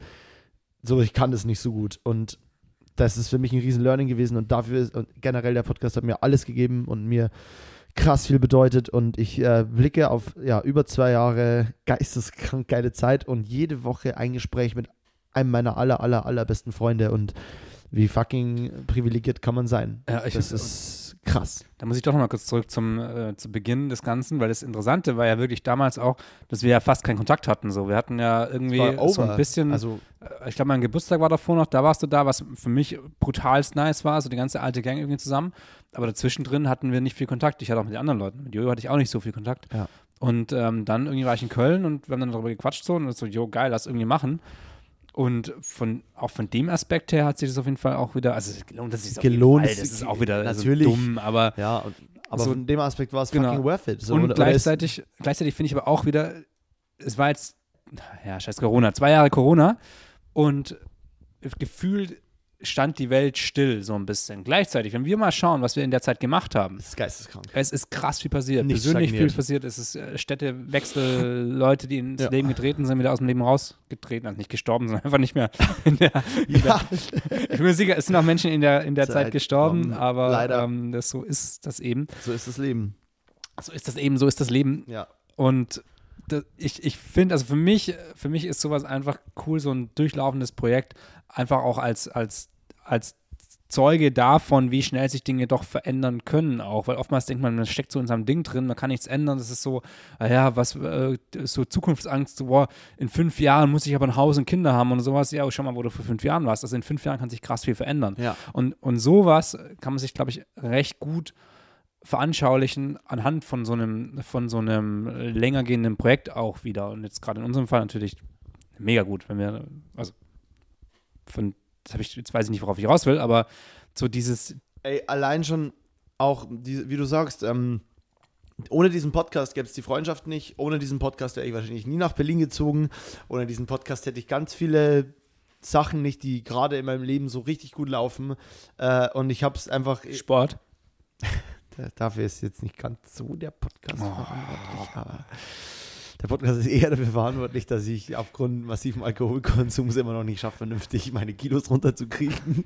Speaker 1: so ich kann das nicht so gut und das ist für mich ein riesen Learning gewesen und dafür ist, und generell der Podcast hat mir alles gegeben und mir krass viel bedeutet und ich äh, blicke auf ja, über zwei Jahre geisteskrank geile Zeit und jede Woche ein Gespräch mit einem meiner aller, aller, allerbesten Freunde und wie fucking privilegiert kann man sein.
Speaker 2: Ja, ich
Speaker 1: das ist krass.
Speaker 2: Da muss ich doch noch mal kurz zurück zum äh, zu Beginn des Ganzen, weil das Interessante war ja wirklich damals auch, dass wir ja fast keinen Kontakt hatten. So. Wir hatten ja irgendwie so ein bisschen,
Speaker 1: also,
Speaker 2: äh, ich glaube, mein Geburtstag war davor noch, da warst du da, was für mich brutalst nice war, so die ganze alte Gang irgendwie zusammen. Aber dazwischen drin hatten wir nicht viel Kontakt. Ich hatte auch mit den anderen Leuten. Mit Jojo hatte ich auch nicht so viel Kontakt.
Speaker 1: Ja.
Speaker 2: Und ähm, dann irgendwie war ich in Köln und wir haben dann darüber gequatscht so und so, jo, geil, lass irgendwie machen. Und von, auch von dem Aspekt her hat sich das auf jeden Fall auch wieder, also gelohnt, das ist
Speaker 1: gelohnt,
Speaker 2: das ist auch wieder
Speaker 1: natürlich
Speaker 2: so dumm, aber
Speaker 1: ja, aber
Speaker 2: so,
Speaker 1: von dem Aspekt war es
Speaker 2: genau.
Speaker 1: fucking worth it. So,
Speaker 2: und
Speaker 1: oder,
Speaker 2: gleichzeitig, oder gleichzeitig finde ich aber auch wieder, es war jetzt, ja, scheiß Corona, zwei Jahre Corona und gefühlt stand die Welt still so ein bisschen. Gleichzeitig, wenn wir mal schauen, was wir in der Zeit gemacht haben.
Speaker 1: Das ist geisteskrank.
Speaker 2: Es ist krass viel passiert.
Speaker 1: Nicht
Speaker 2: Persönlich
Speaker 1: stagniert.
Speaker 2: viel passiert. Es ist äh, Städtewechsel, Leute, die ins
Speaker 1: Ja.
Speaker 2: Leben getreten sind, wieder aus dem Leben rausgetreten. Also nicht gestorben, sondern einfach nicht mehr in der, in
Speaker 1: Ja.
Speaker 2: der ich bin mir sicher, es sind auch Menschen in der, in der Zeit,
Speaker 1: Zeit
Speaker 2: gestorben,
Speaker 1: kommen.
Speaker 2: aber
Speaker 1: Leider.
Speaker 2: ähm, das, so ist das eben.
Speaker 1: So ist das Leben.
Speaker 2: So ist das eben, so ist das Leben.
Speaker 1: Ja.
Speaker 2: Und das, ich, ich finde, also für mich, für mich ist sowas einfach cool, so ein durchlaufendes Projekt, einfach auch als, als, als Zeuge davon, wie schnell sich Dinge doch verändern können auch, weil oftmals denkt man, man steckt so in seinem Ding drin, man kann nichts ändern, das ist so, naja, was, äh, so Zukunftsangst, so, boah, in fünf Jahren muss ich aber ein Haus und Kinder haben und sowas, ja, schau mal, wo du vor fünf Jahren warst, also in fünf Jahren kann sich krass viel verändern.
Speaker 1: Ja.
Speaker 2: Und, und sowas kann man sich, glaube ich, recht gut veranschaulichen anhand von so einem, von so einem länger gehenden Projekt auch wieder und jetzt gerade in unserem Fall natürlich mega gut, wenn wir, also von Das habe ich, jetzt weiß ich nicht, worauf ich raus will, aber so dieses.
Speaker 1: Ey, allein schon auch, die, wie du sagst, ähm, ohne diesen Podcast gäbe es die Freundschaft nicht. Ohne diesen Podcast wäre ich wahrscheinlich nie nach Berlin gezogen. Ohne diesen Podcast hätte ich ganz viele Sachen nicht, die gerade in meinem Leben so richtig gut laufen. Äh, und ich habe es einfach.
Speaker 2: Sport.
Speaker 1: Dafür ist jetzt nicht ganz so der Podcast
Speaker 2: Oh.
Speaker 1: verantwortlich, aber. Der Podcast ist eher dafür verantwortlich, dass ich aufgrund massiven Alkoholkonsums immer noch nicht schaffe, vernünftig meine Kilos runterzukriegen.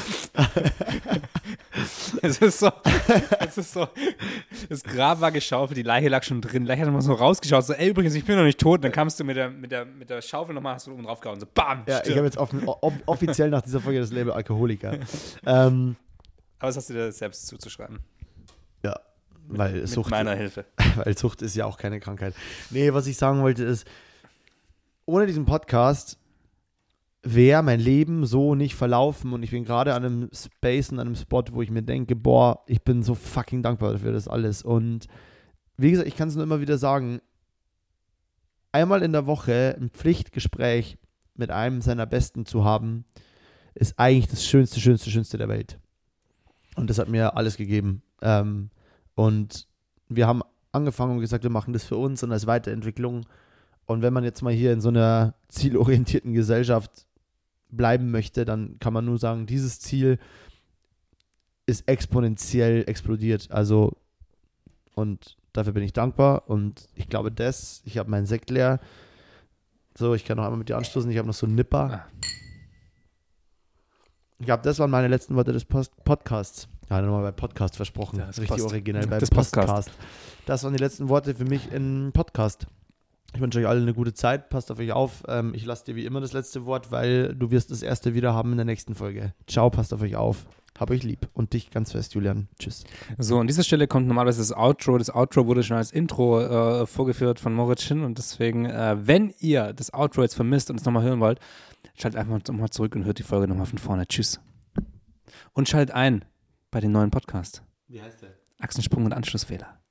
Speaker 2: Es ist so, es ist so, das Grab war geschaufelt, die Leiche lag schon drin, die Leiche hat immer so rausgeschaut, so, ey, übrigens, ich bin noch nicht tot. Dann kamst du mit der, mit der, mit der Schaufel nochmal, hast du oben drauf gehauen, so, bam,
Speaker 1: Ja,
Speaker 2: stirb.
Speaker 1: ich habe jetzt offen, o- offiziell nach dieser Folge das Label Alkoholiker. ähm,
Speaker 2: Aber das hast du dir selbst zuzuschreiben.
Speaker 1: ja, weil
Speaker 2: Mit
Speaker 1: Sucht,
Speaker 2: meiner Hilfe.
Speaker 1: weil Sucht ist ja auch keine Krankheit. Nee, was ich sagen wollte ist, ohne diesen Podcast wäre mein Leben so nicht verlaufen und ich bin gerade an einem Space und an einem Spot, wo ich mir denke, boah, ich bin so fucking dankbar für das alles. Und wie gesagt, ich kann es nur immer wieder sagen, einmal in der Woche ein Pflichtgespräch mit einem seiner Besten zu haben, ist eigentlich das Schönste, Schönste, Schönste der Welt. Und das hat mir alles gegeben. Ähm, und wir haben angefangen und gesagt, wir machen das für uns und als Weiterentwicklung. Und wenn man jetzt mal hier in so einer zielorientierten Gesellschaft bleiben möchte, dann kann man nur sagen, dieses Ziel ist exponentiell explodiert. Also, und dafür bin ich dankbar. Und ich glaube, das, ich habe meinen Sekt leer. So, ich kann noch einmal mit dir anstoßen. Ich habe noch so einen Nipper. Ich glaube, das waren meine letzten Worte des Post- Podcasts. Ja, nochmal bei Podcast versprochen.
Speaker 2: Das
Speaker 1: Richtig
Speaker 2: Post-
Speaker 1: originell. Bei
Speaker 2: das
Speaker 1: Podcast.
Speaker 2: Podcast.
Speaker 1: Das waren die letzten Worte für mich im Podcast. Ich wünsche euch alle eine gute Zeit. Passt auf euch auf. Ähm, ich lasse dir wie immer das letzte Wort, weil du wirst das erste wieder haben in der nächsten Folge. Ciao, passt auf euch auf. Hab euch lieb. Und dich ganz fest, Julian. Tschüss.
Speaker 2: So, an dieser Stelle kommt normalerweise das Outro. Das Outro wurde schon als Intro äh, vorgeführt von Moritz Schinn und deswegen, äh, wenn ihr das Outro jetzt vermisst und es nochmal hören wollt, schaltet einfach nochmal zurück und hört die Folge nochmal von vorne. Tschüss. Und schaltet ein bei dem neuen Podcast.
Speaker 1: Wie heißt der?
Speaker 2: Achsensprung und Anschlussfehler.